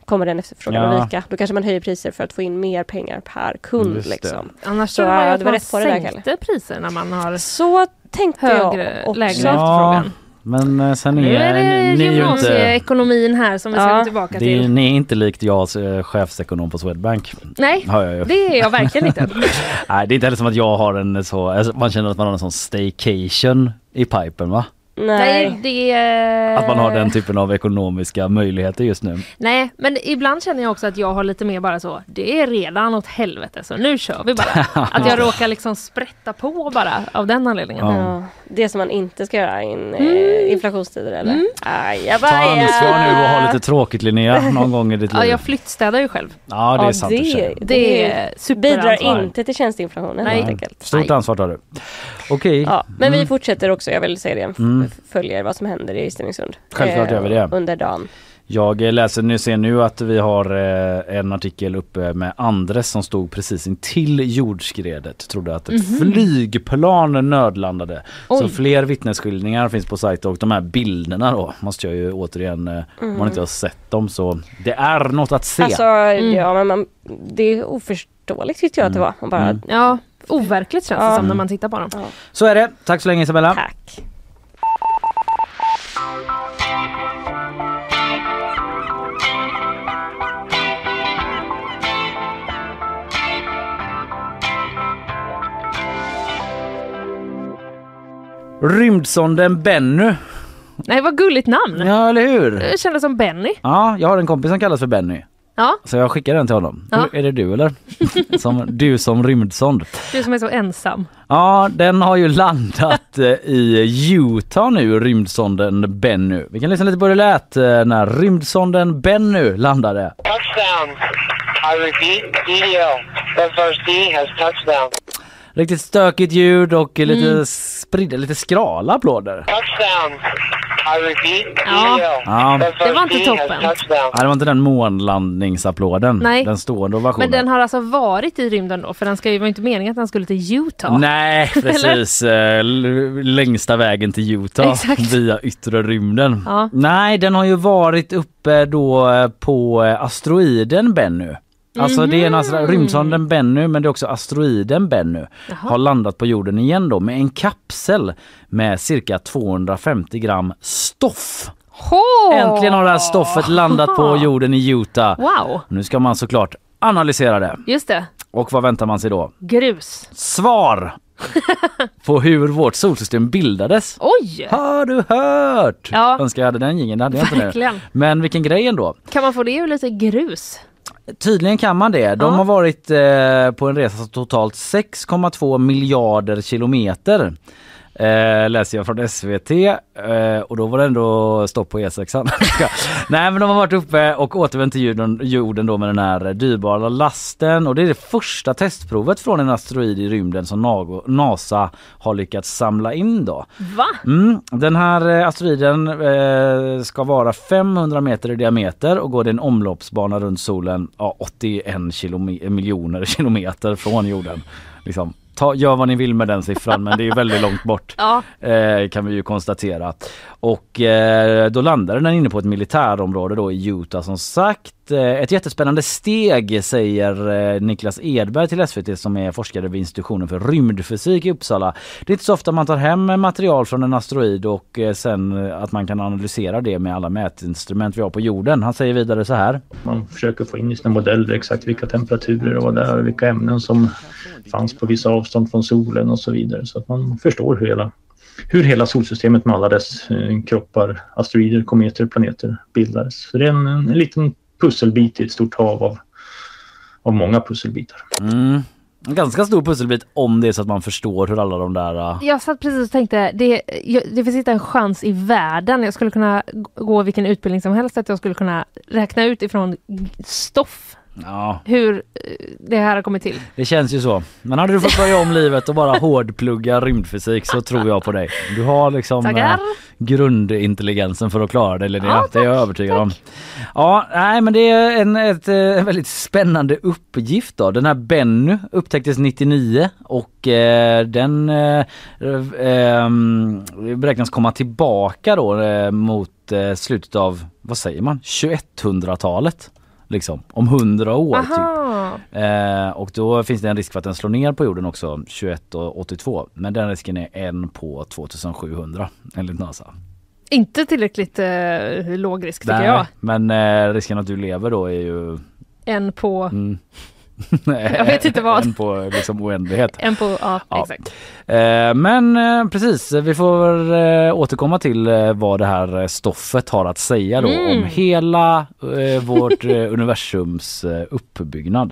kommer den efterfrågan att vika. Då kanske man höjer priser för att få in mer pengar per kund. Liksom. Annars så var det rätt på sänkte priser när man har så tänkte lägre efterfrågan. Men sen nu är det gymnasieekonomin här som vi ska gå tillbaka till. Ni är inte likt jag chefsekonom på Swedbank. Nej, det är jag verkligen inte. Nej, det är inte heller som att jag har en så... Alltså, man känner att man har en sån staycation i pipen, va? Nej, det... Att man har den typen av ekonomiska möjligheter just nu. Nej, men ibland känner jag också att jag har lite mer bara så, det är redan åt helvete så nu kör vi bara. Att jag råkar liksom sprätta på bara av den anledningen. Ja. Det som man inte ska göra i inflationstider eller? Ta ansvar nu och ha lite tråkigt, Linnea, någon gång i ditt liv. Ja, jag flyttstädar ju själv. Ja, det är sant. Det är bidrar inte till tjänsteinflationen helt enkelt. Stort ansvar tar du. Okej. Ja, men vi fortsätter också, jag vill säga det. Följer vad som händer i Stenungsund. Självklart gör vi det. Under dagen. Jag ser nu att vi har en artikel uppe med Andres som stod precis intill jordskredet. Trodde att ett flygplan nödlandade. Oj. Så fler vittnesskildringar finns på sajten och de här bilderna då måste jag ju återigen, om man inte har sett dem så det är något att se. Alltså, ja men det är oförståeligt tyckte jag att det var. Man bara, ja, overkligt känns det som när man tittar på dem. Ja. Så är det. Tack så länge Isabella. Tack. Rymdsonden Bennu. Nej, vad gulligt namn. Ja, eller hur? Det kändes som Benny. Ja, jag har en kompis som kallas för Benny. Ja. Så jag skickar den till honom. Ja. Är det du eller? Du som rymdsond. Du som är så ensam. Ja, den har ju landat i Utah nu, rymdsonden Bennu. Vi kan lyssna lite på det lät när rymdsonden Bennu landade. Touchdown. I repeat, DDL. FRC has touchdown. Riktigt stökigt ljud och lite spridda, lite skrala applåder. Touchdown. I repeat, ja. Det var inte toppen. Ja, det var inte den månlandningsapplåden. Nej. Den stående ovationen. Men den har alltså varit i rymden då? För den ska ju vara inte meningen att den skulle till Utah. Nej, precis. Längsta vägen till Utah. Exakt. Via yttre rymden. Ja. Nej, den har ju varit uppe då på asteroiden Bennu. Alltså det är en rymdsonden Bennu, men det är också asteroiden Bennu. Har landat på jorden igen då med en kapsel med cirka 250 gram stoff. Äntligen har det här stoffet landat på jorden i Utah. Wow. Nu ska man såklart analysera det. Just det. Och vad väntar man sig då? Grus. Svar på hur vårt solsystem bildades. Oj! Har du hört? Ja. Önskar jag hade den gingen, det hade jag inte nu. Men vilken grej ändå. Kan man få det ur lite grus? Tydligen kan man det. De har varit på en resa totalt 6,2 miljarder kilometer. Läser jag från SVT och då var det ändå stopp på E6. Nej, men de har varit uppe och återvänt till jorden då med den här dyrbara lasten och det är det första testprovet från en asteroid i rymden som NASA har lyckats samla in då. Va? Den här asteroiden ska vara 500 meter i diameter och går en omloppsbana runt solen 81 miljoner kilometer från jorden. Liksom. Gör vad ni vill med den siffran, men det är ju väldigt långt bort kan vi ju konstatera. Och då landade den inne på ett militärområde då i Utah som sagt. Ett jättespännande steg, säger Niklas Edberg till SVT som är forskare vid institutionen för rymdfysik i Uppsala. Det är inte så ofta man tar hem material från en asteroid och sen att man kan analysera det med alla mätinstrument vi har på jorden. Han säger vidare så här. Man försöker få in i sina modeller exakt vilka temperaturer och vad det är, vilka ämnen som fanns på vissa avstånd från solen och så vidare. Så att man förstår hur hela solsystemet med alla dess kroppar, asteroider, kometer, planeter bildades. Så det är en liten pusselbit i ett stort hav av många pusselbitar. En ganska stor pusselbit om det är så att man förstår hur alla de där... Jag satt precis och tänkte, det finns inte en chans i världen. Jag skulle kunna gå vilken utbildning som helst att jag skulle kunna räkna ut ifrån stoff. Ja. Hur det här har kommit till. Det känns ju så. Men hade du fått börja om livet och bara hårdplugga rymdfysik så tror jag på dig. Du har liksom grundintelligensen för att klara det, Linnea. Det är jag övertygad om. Ja, nej, men det är en väldigt spännande uppgift då. Den här Bennu upptäcktes 99 och den beräknas komma tillbaka då mot slutet av, vad säger man, 2100-talet. liksom, om 100 år typ. Och då finns det en risk för att den slår ner på jorden också 2182. Men den risken är 1 på 2700 enligt NASA. Inte tillräckligt låg risk tycker jag. Men risken att du lever då är ju... 1 på... jag vet inte vad. En på liksom oändlighet. En på, ja. Exakt. Men precis, vi får återkomma till vad det här stoffet har att säga då om hela vårt universums uppbyggnad.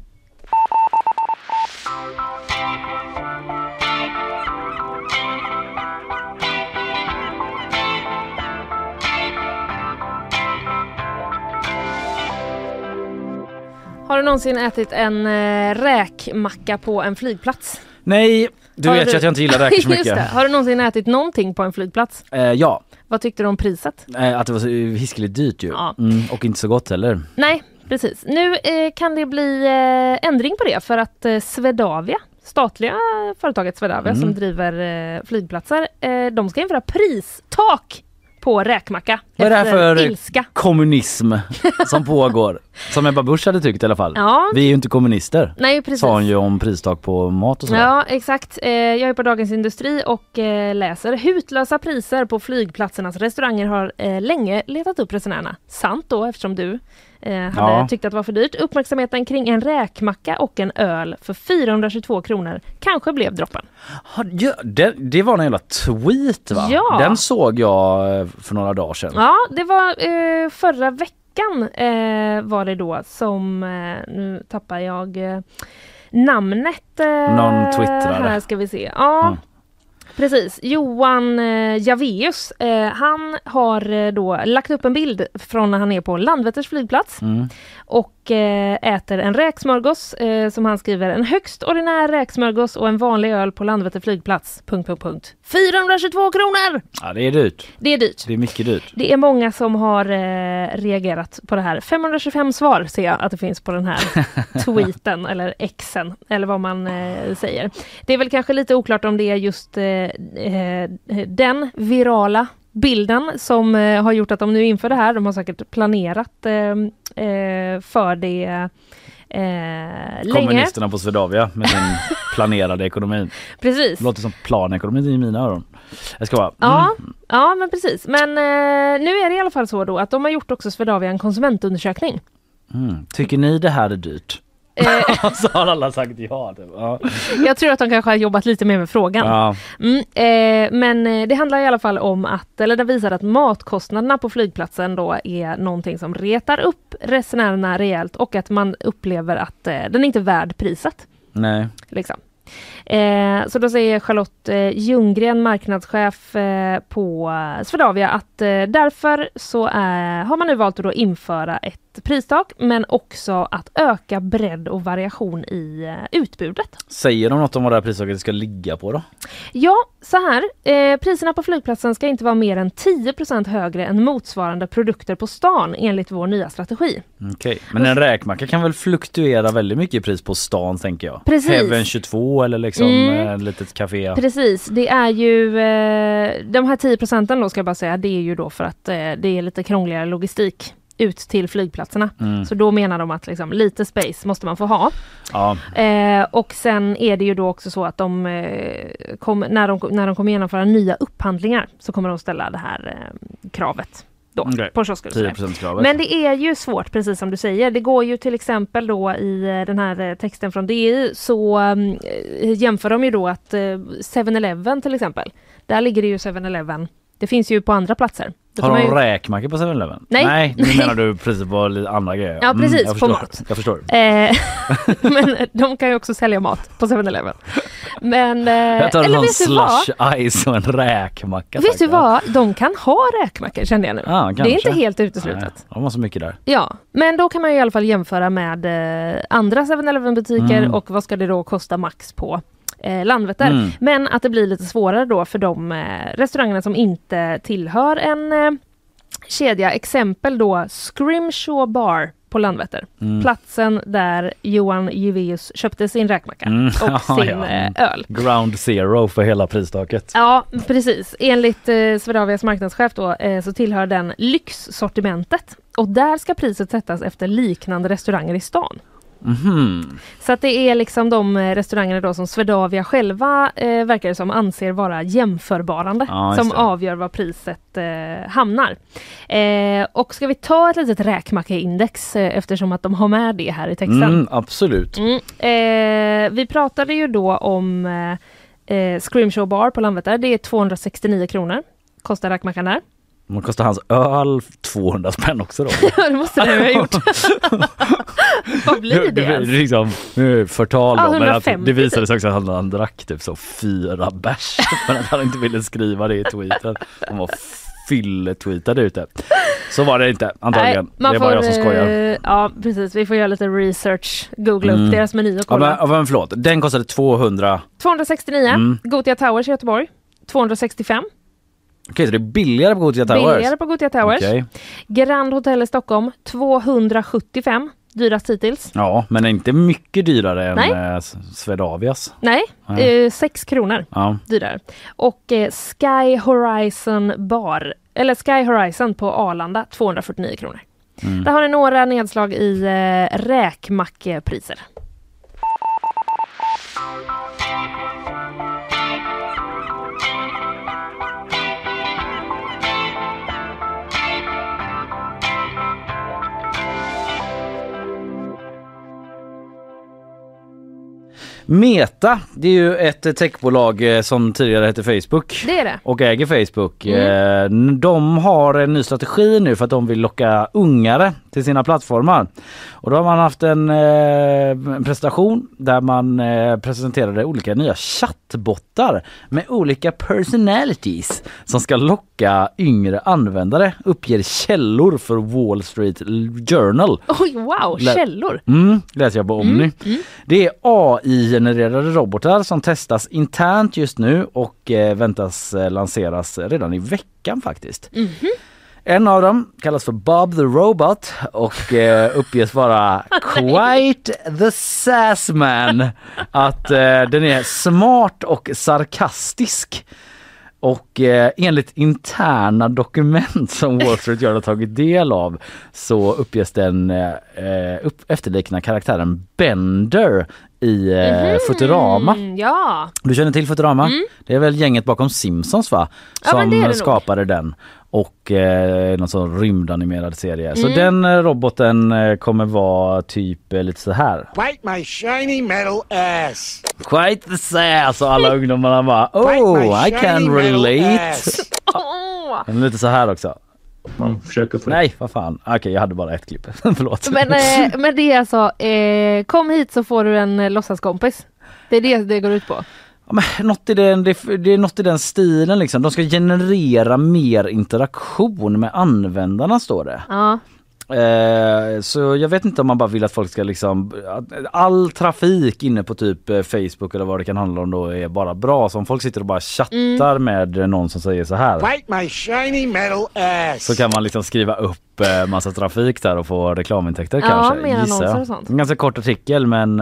Har du någonsin ätit en räkmacka på en flygplats? Nej, du vet ju att jag inte gillar räkor så mycket. Just det. Har du någonsin ätit någonting på en flygplats? Ja. Vad tyckte du om priset? Att det var så hiskeligt dyrt ju. Ja. Och inte så gott heller. Nej, precis. Nu kan det bli ändring på det för att Swedavia, statliga företaget Swedavia som driver flygplatser, de ska införa pristak på räkmacka. Vad är det här för kommunism som pågår? Som Ebba Busch hade tyckt i alla fall. Ja. Vi är ju inte kommunister. Nej, precis. Sa hon ju om pristak på mat och sådär. Ja, exakt. Jag är på Dagens Industri och läser. Hutlösa priser på flygplatsernas restauranger har länge letat upp resenärerna. Sant då, eftersom du hade tyckt att det var för dyrt. Uppmärksamheten kring en räkmacka och en öl för 422 kronor kanske blev droppen. Ja, det var en jävla tweet va? Ja. Den såg jag för några dagar sedan. Ja, det var förra veckan var det då som, nu tappar jag namnet. Någon twittrare. Här ska vi se. Ja. Precis, Johan Javeus, han har då lagt upp en bild från när han är på Landvetters flygplats och äter en räksmörgås som han skriver, en högst ordinär räksmörgås och en vanlig öl på Landvetter flygplats, ... 422 kronor! Ja, det är dyrt. Det är dyrt. Det är mycket dyrt. Det är många som har reagerat på det här. 525 svar ser jag att det finns på den här tweeten eller exen eller vad man säger. Det är väl kanske lite oklart om det är just den virala bilden som har gjort att de nu inför det här. De har säkert planerat för det länge. Kommunisterna på Swedavia med sin planerade ekonomi. Precis. Det låter som planekonomi i mina öron. Jag ska bara... Ja, men precis. Men nu är det i alla fall så då att de har gjort också Swedavia en konsumentundersökning. Tycker ni det här är dyrt? Så har alla sagt ja. Jag tror att de kanske har jobbat lite mer med frågan. Men det handlar i alla fall om att, eller det visar att matkostnaderna på flygplatsen då är någonting som retar upp resenärerna rejält och att man upplever att den inte är värd priset. Nej. Liksom. Så då säger Charlotte Ljunggren, marknadschef på Swedavia, att därför så har man nu valt att då införa ett pristak men också att öka bredd och variation i utbudet. Säger de något om vad det här pristaket ska ligga på då? Ja, så här. Priserna på flygplatsen ska inte vara mer än 10% högre än motsvarande produkter på stan enligt vår nya strategi. Okej, men en räkmacka kan väl fluktuera väldigt mycket i pris på stan tänker jag. Precis. Heaven 22 eller liksom ett litet café. Precis, det är ju de här 10% då ska jag bara säga, det är ju då för att det är lite krångligare logistik ut till flygplatserna. Så då menar de att liksom, lite space måste man få ha. Ja. Och sen är det ju då också så att de när de kommer genomföra nya upphandlingar så kommer de ställa det här kravet då, på kiosker. Men det är ju svårt, precis som du säger. Det går ju till exempel då i den här texten från DI så jämför de ju då att 7-Eleven till exempel, där ligger det ju 7-Eleven. Det finns ju på andra platser. Har de räkmackor på 7-Eleven? Nej, nu menar du precis på andra grejer. Ja, precis, på mat. Jag förstår. Men de kan ju också sälja mat på 7-Eleven. Men, jag tar en slush ice och en räkmacka. Vet du vad? De kan ha räkmackor, kände jag nu. Ja, det är inte helt uteslutet. Nej, de har så mycket där. Ja, men då kan man ju i alla fall jämföra med andra 7-Eleven-butiker och vad ska det då kosta max på Landvetter. Men att det blir lite svårare då för de restaurangerna som inte tillhör en kedja. Exempel då Scrimshaw Bar på Landvetter. Platsen där Johan Juveus köpte sin räkmacka och sin öl. Ground zero för hela pristaket. Ja, precis. Enligt Swedavias marknadschef då så tillhör den lyxsortimentet. Och där ska priset sättas efter liknande restauranger i stan. Mm-hmm. Så att det är liksom de restaurangerna då som Swedavia själva verkar det som anser vara jämförbarande som avgör vad priset hamnar. Och ska vi ta ett litet räkmackeindex eftersom att de har med det här i texten? Absolut. Vi pratade ju då om Screamshow Bar på Landvetter. Det är 269 kronor. Kostar räkmackan där. Man kostar hans öl 200 spänn också då. Ja, det måste det ha gjort. Vad blir det? Det är liksom förtal då, men att det visade sig också att han drack typ så 4 bärs men att han inte ville skriva det i tweeten. Han var fylletweetade ute. Så var det inte, antagligen. Nej, det är bara jag som skojar. Ja, precis. Vi får göra lite research. Googla upp deras meny och kolla. Ja, men förlåt. Den kostade 269. Gothia Towers i Göteborg. 265. Okej, så det är billigare på Gothia Towers? Billigare på Gothia Towers. Okay. Grand Hotel i Stockholm, 275. Dyrast hittills. Ja, men inte mycket dyrare än Swedavias. Nej, 6 kronor dyrare. Och Sky Horizon Bar, eller Sky Horizon på Arlanda, 249 kronor. Där har ni några nedslag i räkmackepriser. Meta, det är ju ett techbolag som tidigare hette Facebook. Det är det. Och äger Facebook. De har en ny strategi nu för att de vill locka ungare till sina plattformar. Och då har man haft en presentation där man presenterade olika nya chattbottar med olika personalities som ska locka yngre användare, uppger källor för Wall Street Journal. Oj, wow, källor. Läser jag på Omni. Det är AI-genererade robotar som testas internt just nu och väntas lanseras redan i veckan faktiskt. En av dem kallas för Bob the Robot och uppges vara quite the sassman. Att den är smart och sarkastisk. Och enligt interna dokument som Wall Street Journal har tagit del av så uppges den efterlikna karaktären Bender i Futurama. Ja. Du känner till Futurama? Det är väl gänget bakom Simpsons va? Som skapade den. Och någon sån rymdanimerad serie. Så den roboten kommer vara typ lite så här. Bite my shiny metal ass. Quite the sass. Och alla ungdomarna bara, oh, I can relate. Den är lite så här också. Man försöker få... Nej, vad fan. Okej, jag hade bara ett klipp. Förlåt. Men det är alltså, kom hit så får du en låtsaskompis. Det är det går ut på. Ja, men det är något i den stilen liksom. De ska generera mer interaktion med användarna, står det. Ja. Så jag vet inte om man bara vill att folk ska liksom, all trafik inne på typ Facebook eller vad det kan handla om då är bara bra. Så om folk sitter och bara chattar med någon som säger så här, bite my shiny metal ass, så kan man liksom skriva upp massa trafik där och få reklamintäkter kanske. Ja, annonser och sånt. En ganska kort artikel men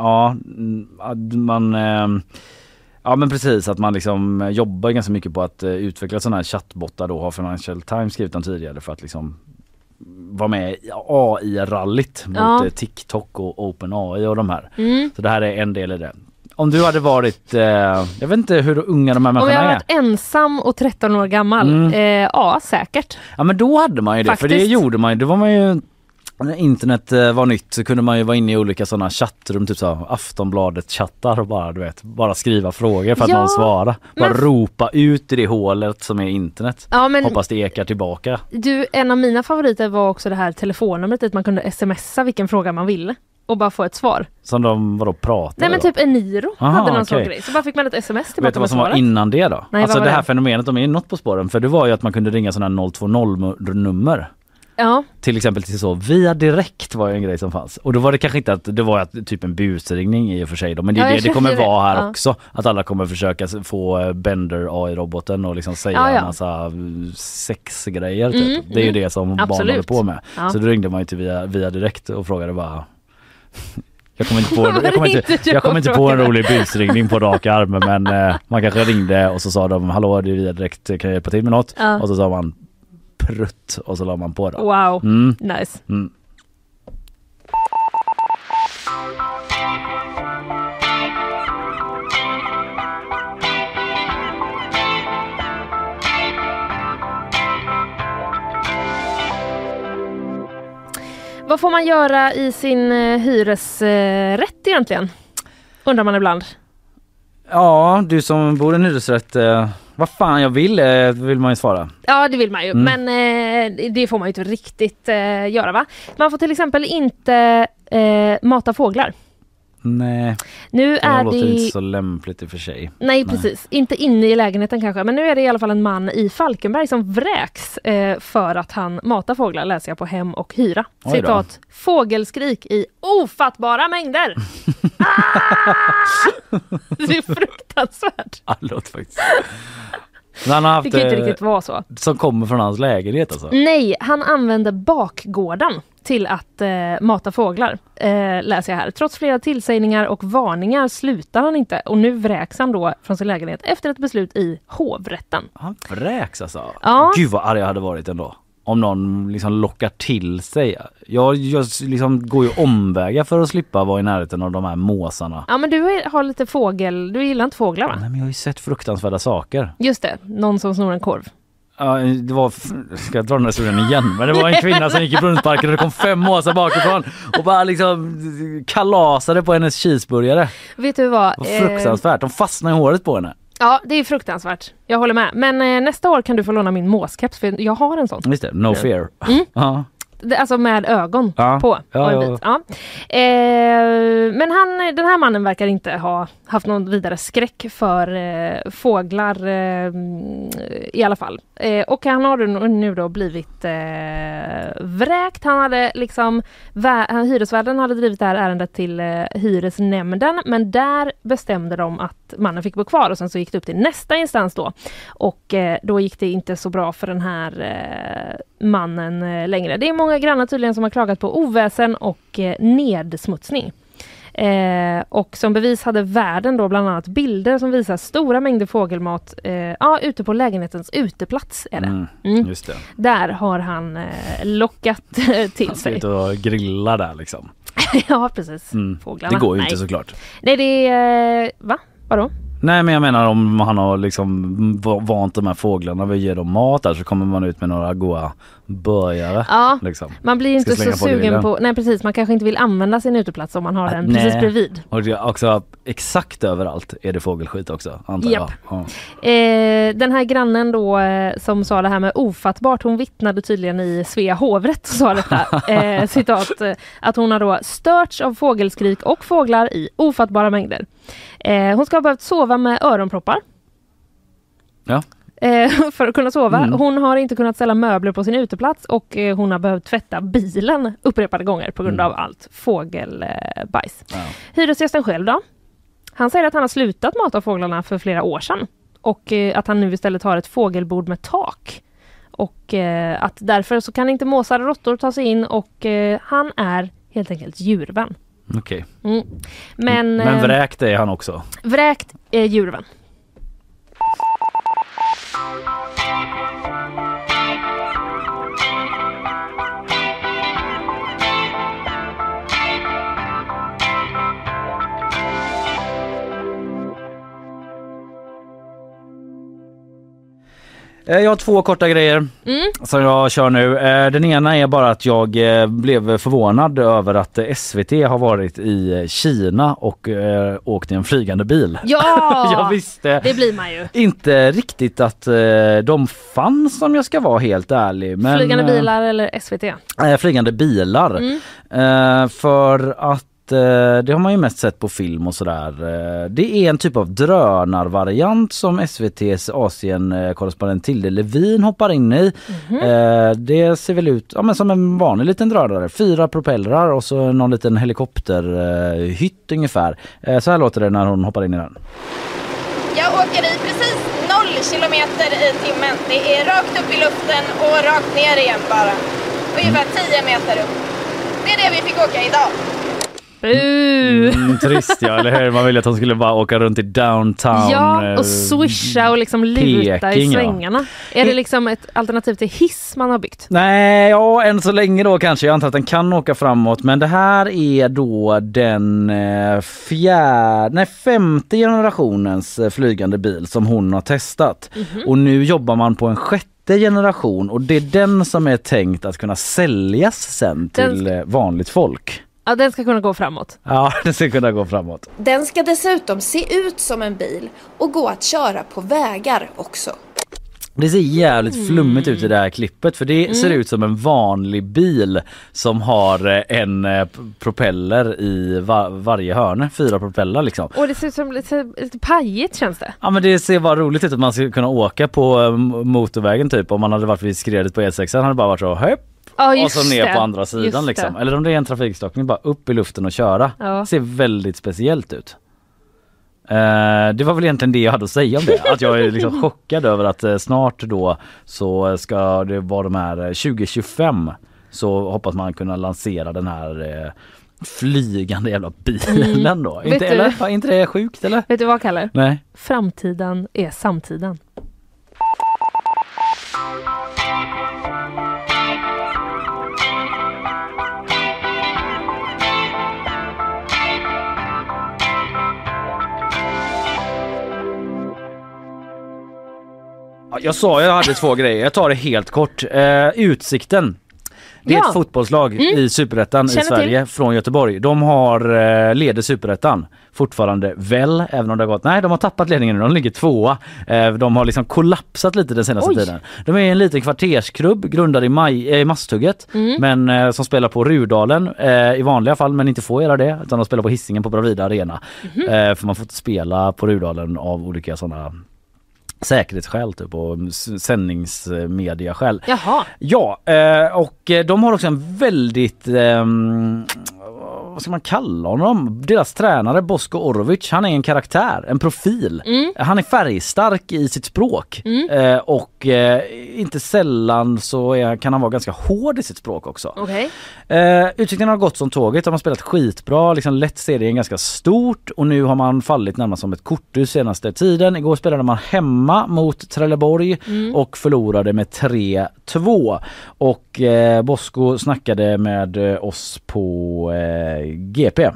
ja men precis, att man liksom jobbar ganska mycket på att utveckla sådana här chattbottar då, har Financial Times skrivit om tidigare för att liksom vara med i AI-rallyt mot TikTok och OpenAI och de här. Så det här är en del i det. Om du hade varit, jag vet inte hur unga de här människorna är. Om jag hade varit ensam och 13 år gammal, ja säkert. Ja men då hade man ju det, faktiskt. För det gjorde man ju, det var man ju. När internet var nytt så kunde man ju vara inne i olika sådana chattrum, typ så Aftonbladet chattar och bara, du vet, bara skriva frågor för att någon svarar. Bara ropa ut i det hålet som är internet. Ja, men hoppas det ekar tillbaka. Du, en av mina favoriter var också det här telefonnumret, att man kunde smsa vilken fråga man ville och bara få ett svar. Som de vadå pratade? Nej men typ Eniro hade någon sån grej. Så bara fick man ett sms tillbaka. Vet du vad som var innan det då? Nej, alltså det här fenomenet, de är något på spåren. För det var ju att man kunde ringa sådana här 020-nummer. Ja. Till exempel till så via direkt var ju en grej som fanns. Och då var det kanske inte att det var typ en busringning i och för sig då, men det är det kommer vara här också, att alla kommer försöka få Bender AI-roboten och liksom säga en massa sexgrejer typ. Det är ju det som barn håller på med. Så då ringde man ju till via direkt och frågade bara jag kommer inte på en rolig busringning på rak arm, men man kanske ringde och så sa de hallå, det är via direkt, kan jag hjälpa till med något? Och så sa man prutt och så la man på då. Wow, nice. Vad får man göra i sin hyresrätt egentligen? Undrar man ibland. Ja, du som bor i en hyresrätt, vad fan jag vill man ju svara. Ja, det vill man ju. Men det får man ju inte riktigt göra, va? Man får till exempel inte mata fåglar. Nej, nu är låter det inte så lämpligt i och för sig. Nej, precis. Inte inne i lägenheten kanske. Men nu är det i alla fall en man i Falkenberg som vräks för att han matar fåglar, läser jag på Hem och Hyra. Citat, fågelskrik i ofattbara mängder. Det är fruktansvärt. Ja, det låter faktiskt. Han har haft, det kan inte riktigt vara så. Som kommer från hans lägenhet alltså? Nej, han använde bakgården till att mata fåglar, läser jag här. Trots flera tillsägningar och varningar slutar han inte. Och nu vräks han då från sin lägenhet efter ett beslut i hovrätten. Han vräks alltså? Ja. Gud vad arg jag hade varit ändå. Om någon liksom lockar till sig. Jag liksom går ju omvägar för att slippa vara i närheten av de här måsarna. Ja, men du har lite fågel. Du gillar inte fåglar, va? Nej, men jag har ju sett fruktansvärda saker. Just det, någon som snor en korv. Ja, det var, ska jag dra den här historien igen? Men det var en kvinna som gick i Brunnsparken och det kom 5 måsar bakifrån och bara liksom kalasade på hennes cheeseburgare. Vet du vad? Det var fruktansvärt. De fastnade i håret på henne. Ja, det är fruktansvärt. Jag håller med. Men nästa år kan du få låna min måskeps, för jag har en sån. Just det, no fear. Ja. Alltså med ögon på. Ja. Men den här mannen verkar inte ha haft någon vidare skräck för fåglar i alla fall. Och han har nu då blivit vräkt. Han hade liksom hyresvärden hade drivit det här ärendet till hyresnämnden, men där bestämde de att mannen fick bo kvar, och sen så gick det upp till nästa instans då. Och då gick det inte så bra för den här mannen längre. Det är många grannar tydligen som har klagat på oväsen och nedsmutsning. Och som bevis hade värden då bland annat bilder som visar stora mängder fågelmat ute på lägenhetens uteplats är det. Just det. Där har han lockat till sig. Han ska och grilla där liksom. Ja, precis. Fåglarna. Det går ju inte såklart. Nej, det är... Va? Vadå? Nej, men jag menar om han har liksom vant de här fåglarna vid att ge dem mat där, så kommer man ut med några goda börjare. Ja, liksom. Man blir inte så sugen på... Nej, precis. Man kanske inte vill använda sin uteplats om man har den precis bredvid. Och det är också exakt överallt är det fågelskit också, antar jag. Ja. Den här grannen då som sa det här med ofattbart, hon vittnade tydligen i Svea hovrätt och sa detta. Citat, att hon har då störts av fågelskrik och fåglar i ofattbara mängder. Hon ska ha behövt sova med öronproppar. Ja. För att kunna sova. Hon har inte kunnat ställa möbler på sin uteplats, och hon har behövt tvätta bilen upprepade gånger på grund av allt fågelbajs. Ja. Hyresgästen själv då? Han säger att han har slutat mata fåglarna för flera år sedan, och att han nu istället har ett fågelbord med tak. Och att därför så kan inte måsar och råttor ta sig in, och han är helt enkelt djurvän. Okej. Men vräkt är han också? Vräkt är djurvän. Jag har 2 korta grejer som jag kör nu. Den ena är bara att jag blev förvånad över att SVT har varit i Kina och åkt i en flygande bil. Ja, jag visste det blir man ju. Inte riktigt att de fanns, om jag ska vara helt ärlig. Men, flygande bilar eller SVT? Flygande bilar. För att det har man ju mest sett på film och sådär. Det är en typ av drönarvariant som SVT:s Asien-korrespondent Tilde Levin hoppar in i. Det ser väl ut som en vanlig liten drönare. 4 propellrar och så någon liten helikopterhytt ungefär. Så här låter det när hon hoppar in i den. Jag åker i precis 0 kilometer i timmen. Det är rakt upp i luften och rakt ner igen bara. Ungefär 10 meter upp. Det är det vi fick åka idag. Trist, ja, eller hur? Man ville att hon skulle bara åka runt i downtown. Ja, och swisha och liksom luta Peking, i svängarna. Ja. Är det liksom ett alternativ till hiss man har byggt? Nej, ja, än så länge då kanske. Jag antar att den kan åka framåt. Men det här är då den femte generationens flygande bil som hon har testat. Och nu jobbar man på en sjätte generation. Och det är den som är tänkt att kunna säljas sen till vanligt folk. Ja, den ska kunna gå framåt. Ja, den ska kunna gå framåt. Den ska dessutom se ut som en bil och gå att köra på vägar också. Det ser jävligt flummigt ut i det här klippet, för det ser ut som en vanlig bil som har en propeller i varje hörne, 4 propeller liksom. Och det ser ut som lite pajigt, känns det. Ja, men det ser bara roligt ut att man ska kunna åka på motorvägen typ. Om man hade varit vid skredet på E6 hade det bara varit så höpp. Och så ner på andra sidan liksom. Eller om det är en trafikstockning, bara upp i luften och köra. Det ser väldigt speciellt ut. Det var väl egentligen det jag hade att säga om det. Att jag är liksom chockad över att snart då så ska det vara de här 2025 så hoppas man kunna lansera den här flygande jävla bilen då. Var inte det sjukt eller? Vet du vad, Kalle? Nej. Framtiden är samtiden. Jag sa jag hade 2 grejer. Jag tar det helt kort. Utsikten. Det är ett fotbollslag i Superettan i Sverige från Göteborg. De har leder Superettan fortfarande väl, även om det har gått. Nej, de har tappat ledningen nu. De ligger 2. De har liksom kollapsat lite den senaste tiden. De är en liten kvartersklubb grundad i Masthugget, men som spelar på Rudalen i vanliga fall, men inte får göra det, utan de spelar på Hisingen på Bravida Arena. För man får inte spela på Rudalen av olika sådana säkerhetsskäl typ och sändningsmediaskäl. Jaha. Ja, och de har också en väldigt vad ska man kalla honom? Deras tränare Bosko Orovic, han är en karaktär, en profil. Han är färgstark i sitt språk och inte sällan så kan han vara ganska hård i sitt språk också. Okay. Utsikten har gått som tåget, de har spelat skitbra, liksom lätt serien ganska stort och nu har man fallit närmast som ett korthus senaste tiden. Igår spelade man hemma mot Trelleborg och förlorade med 3-2 och Bosko snackade med oss på GP.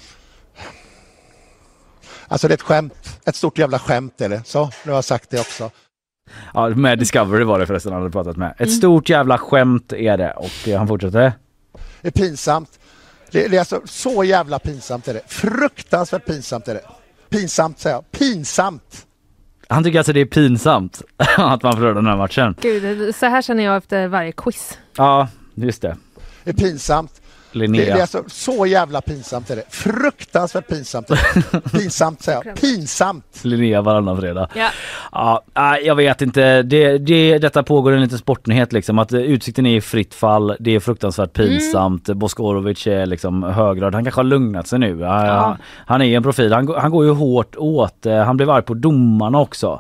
Alltså det är ett skämt, ett stort jävla skämt är det. Så, nu har jag sagt det också. Ja, med Discovery var det förresten han hade pratat med. Ett stort jävla skämt är det och han fortsätter. Det är pinsamt. Det är alltså så jävla pinsamt är det. Fruktansvärt pinsamt är det. Pinsamt säger jag. Pinsamt. Han tycker alltså det är pinsamt att man förlorar den här matchen. Gud, så här känner jag efter varje quiz. Ja, just det. Det är pinsamt. Det är alltså så jävla pinsamt är det. Fruktansvärt pinsamt är det. Pinsamt säger jag. Pinsamt. Linnea varannan fredag. Ja. Ja, jag vet inte. Detta pågår en liten sportnyhet liksom. Att utsikten är i fritt fall. Det är fruktansvärt pinsamt. Bosko Orovic är liksom högrad. Han kanske har lugnat sig nu. Han är en profil. Han går ju hårt åt. Han blev arg på domarna också.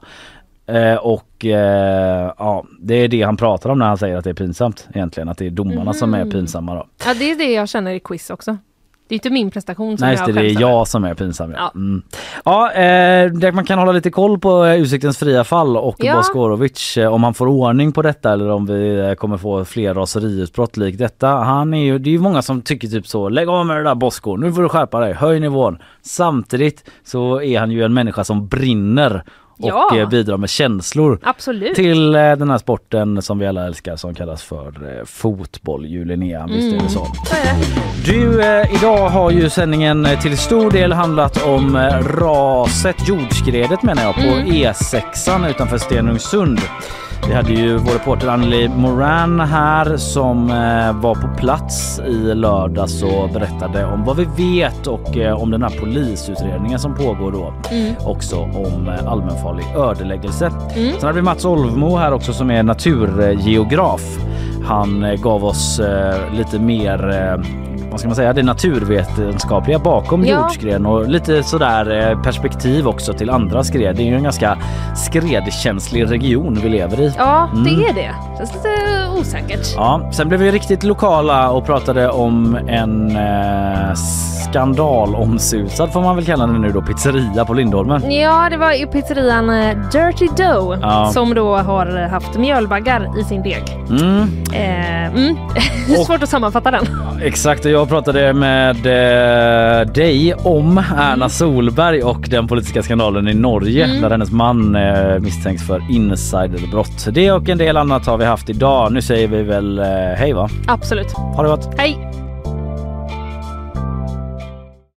Det är det han pratar om när han säger att det är pinsamt egentligen, att det är domarna som är pinsamma då. Ja, det är det jag känner i quiz också. Det är inte min prestation som det är jag som är pinsam. Man kan hålla lite koll på Utsiktens fria fall och Bosko Orovic, om han får ordning på detta eller om vi kommer få fler raseriutbrott likt detta. Det är ju många som tycker typ så, lägg av med det där Bosko, nu får du skärpa dig, höj nivån. Samtidigt så är han ju en människa som brinner och bidrar med känslor. Absolut. Till den här sporten som vi alla älskar som kallas för fotboll, Linnea. Visst är det så. Du, idag har ju sändningen till stor del handlat om jordskredet menar jag, på E6an utanför Stenungsund. Vi hade ju vår reporter Anneli Moran här som var på plats i lördags och berättade om vad vi vet och om den här polisutredningen som pågår då. Också om allmänfarlig ödeläggelse. Sen hade vi Mats Olvmo här också som är naturgeograf. Han gav oss lite mer vad ska man säga, det naturvetenskapliga bakom jordskreden och lite sådär perspektiv också till andra skred. Det är ju en ganska skredkänslig region vi lever i. Ja, det är det. Det är lite osäkert. Ja, sen blev vi riktigt lokala och pratade om en skandalomsusad, får man väl kalla det nu då, pizzeria på Lindholmen. Ja, det var ju pizzerian Dirty Dough som då har haft mjölbaggar i sin deg. Det är svårt att sammanfatta den. Exakt, och jag pratade med dig om Erna Solberg och den politiska skandalen i Norge där hennes man misstänks för insiderbrott. Det och en del annat har vi haft idag. Nu säger vi väl hej va? Absolut. Ha det gott. Hej!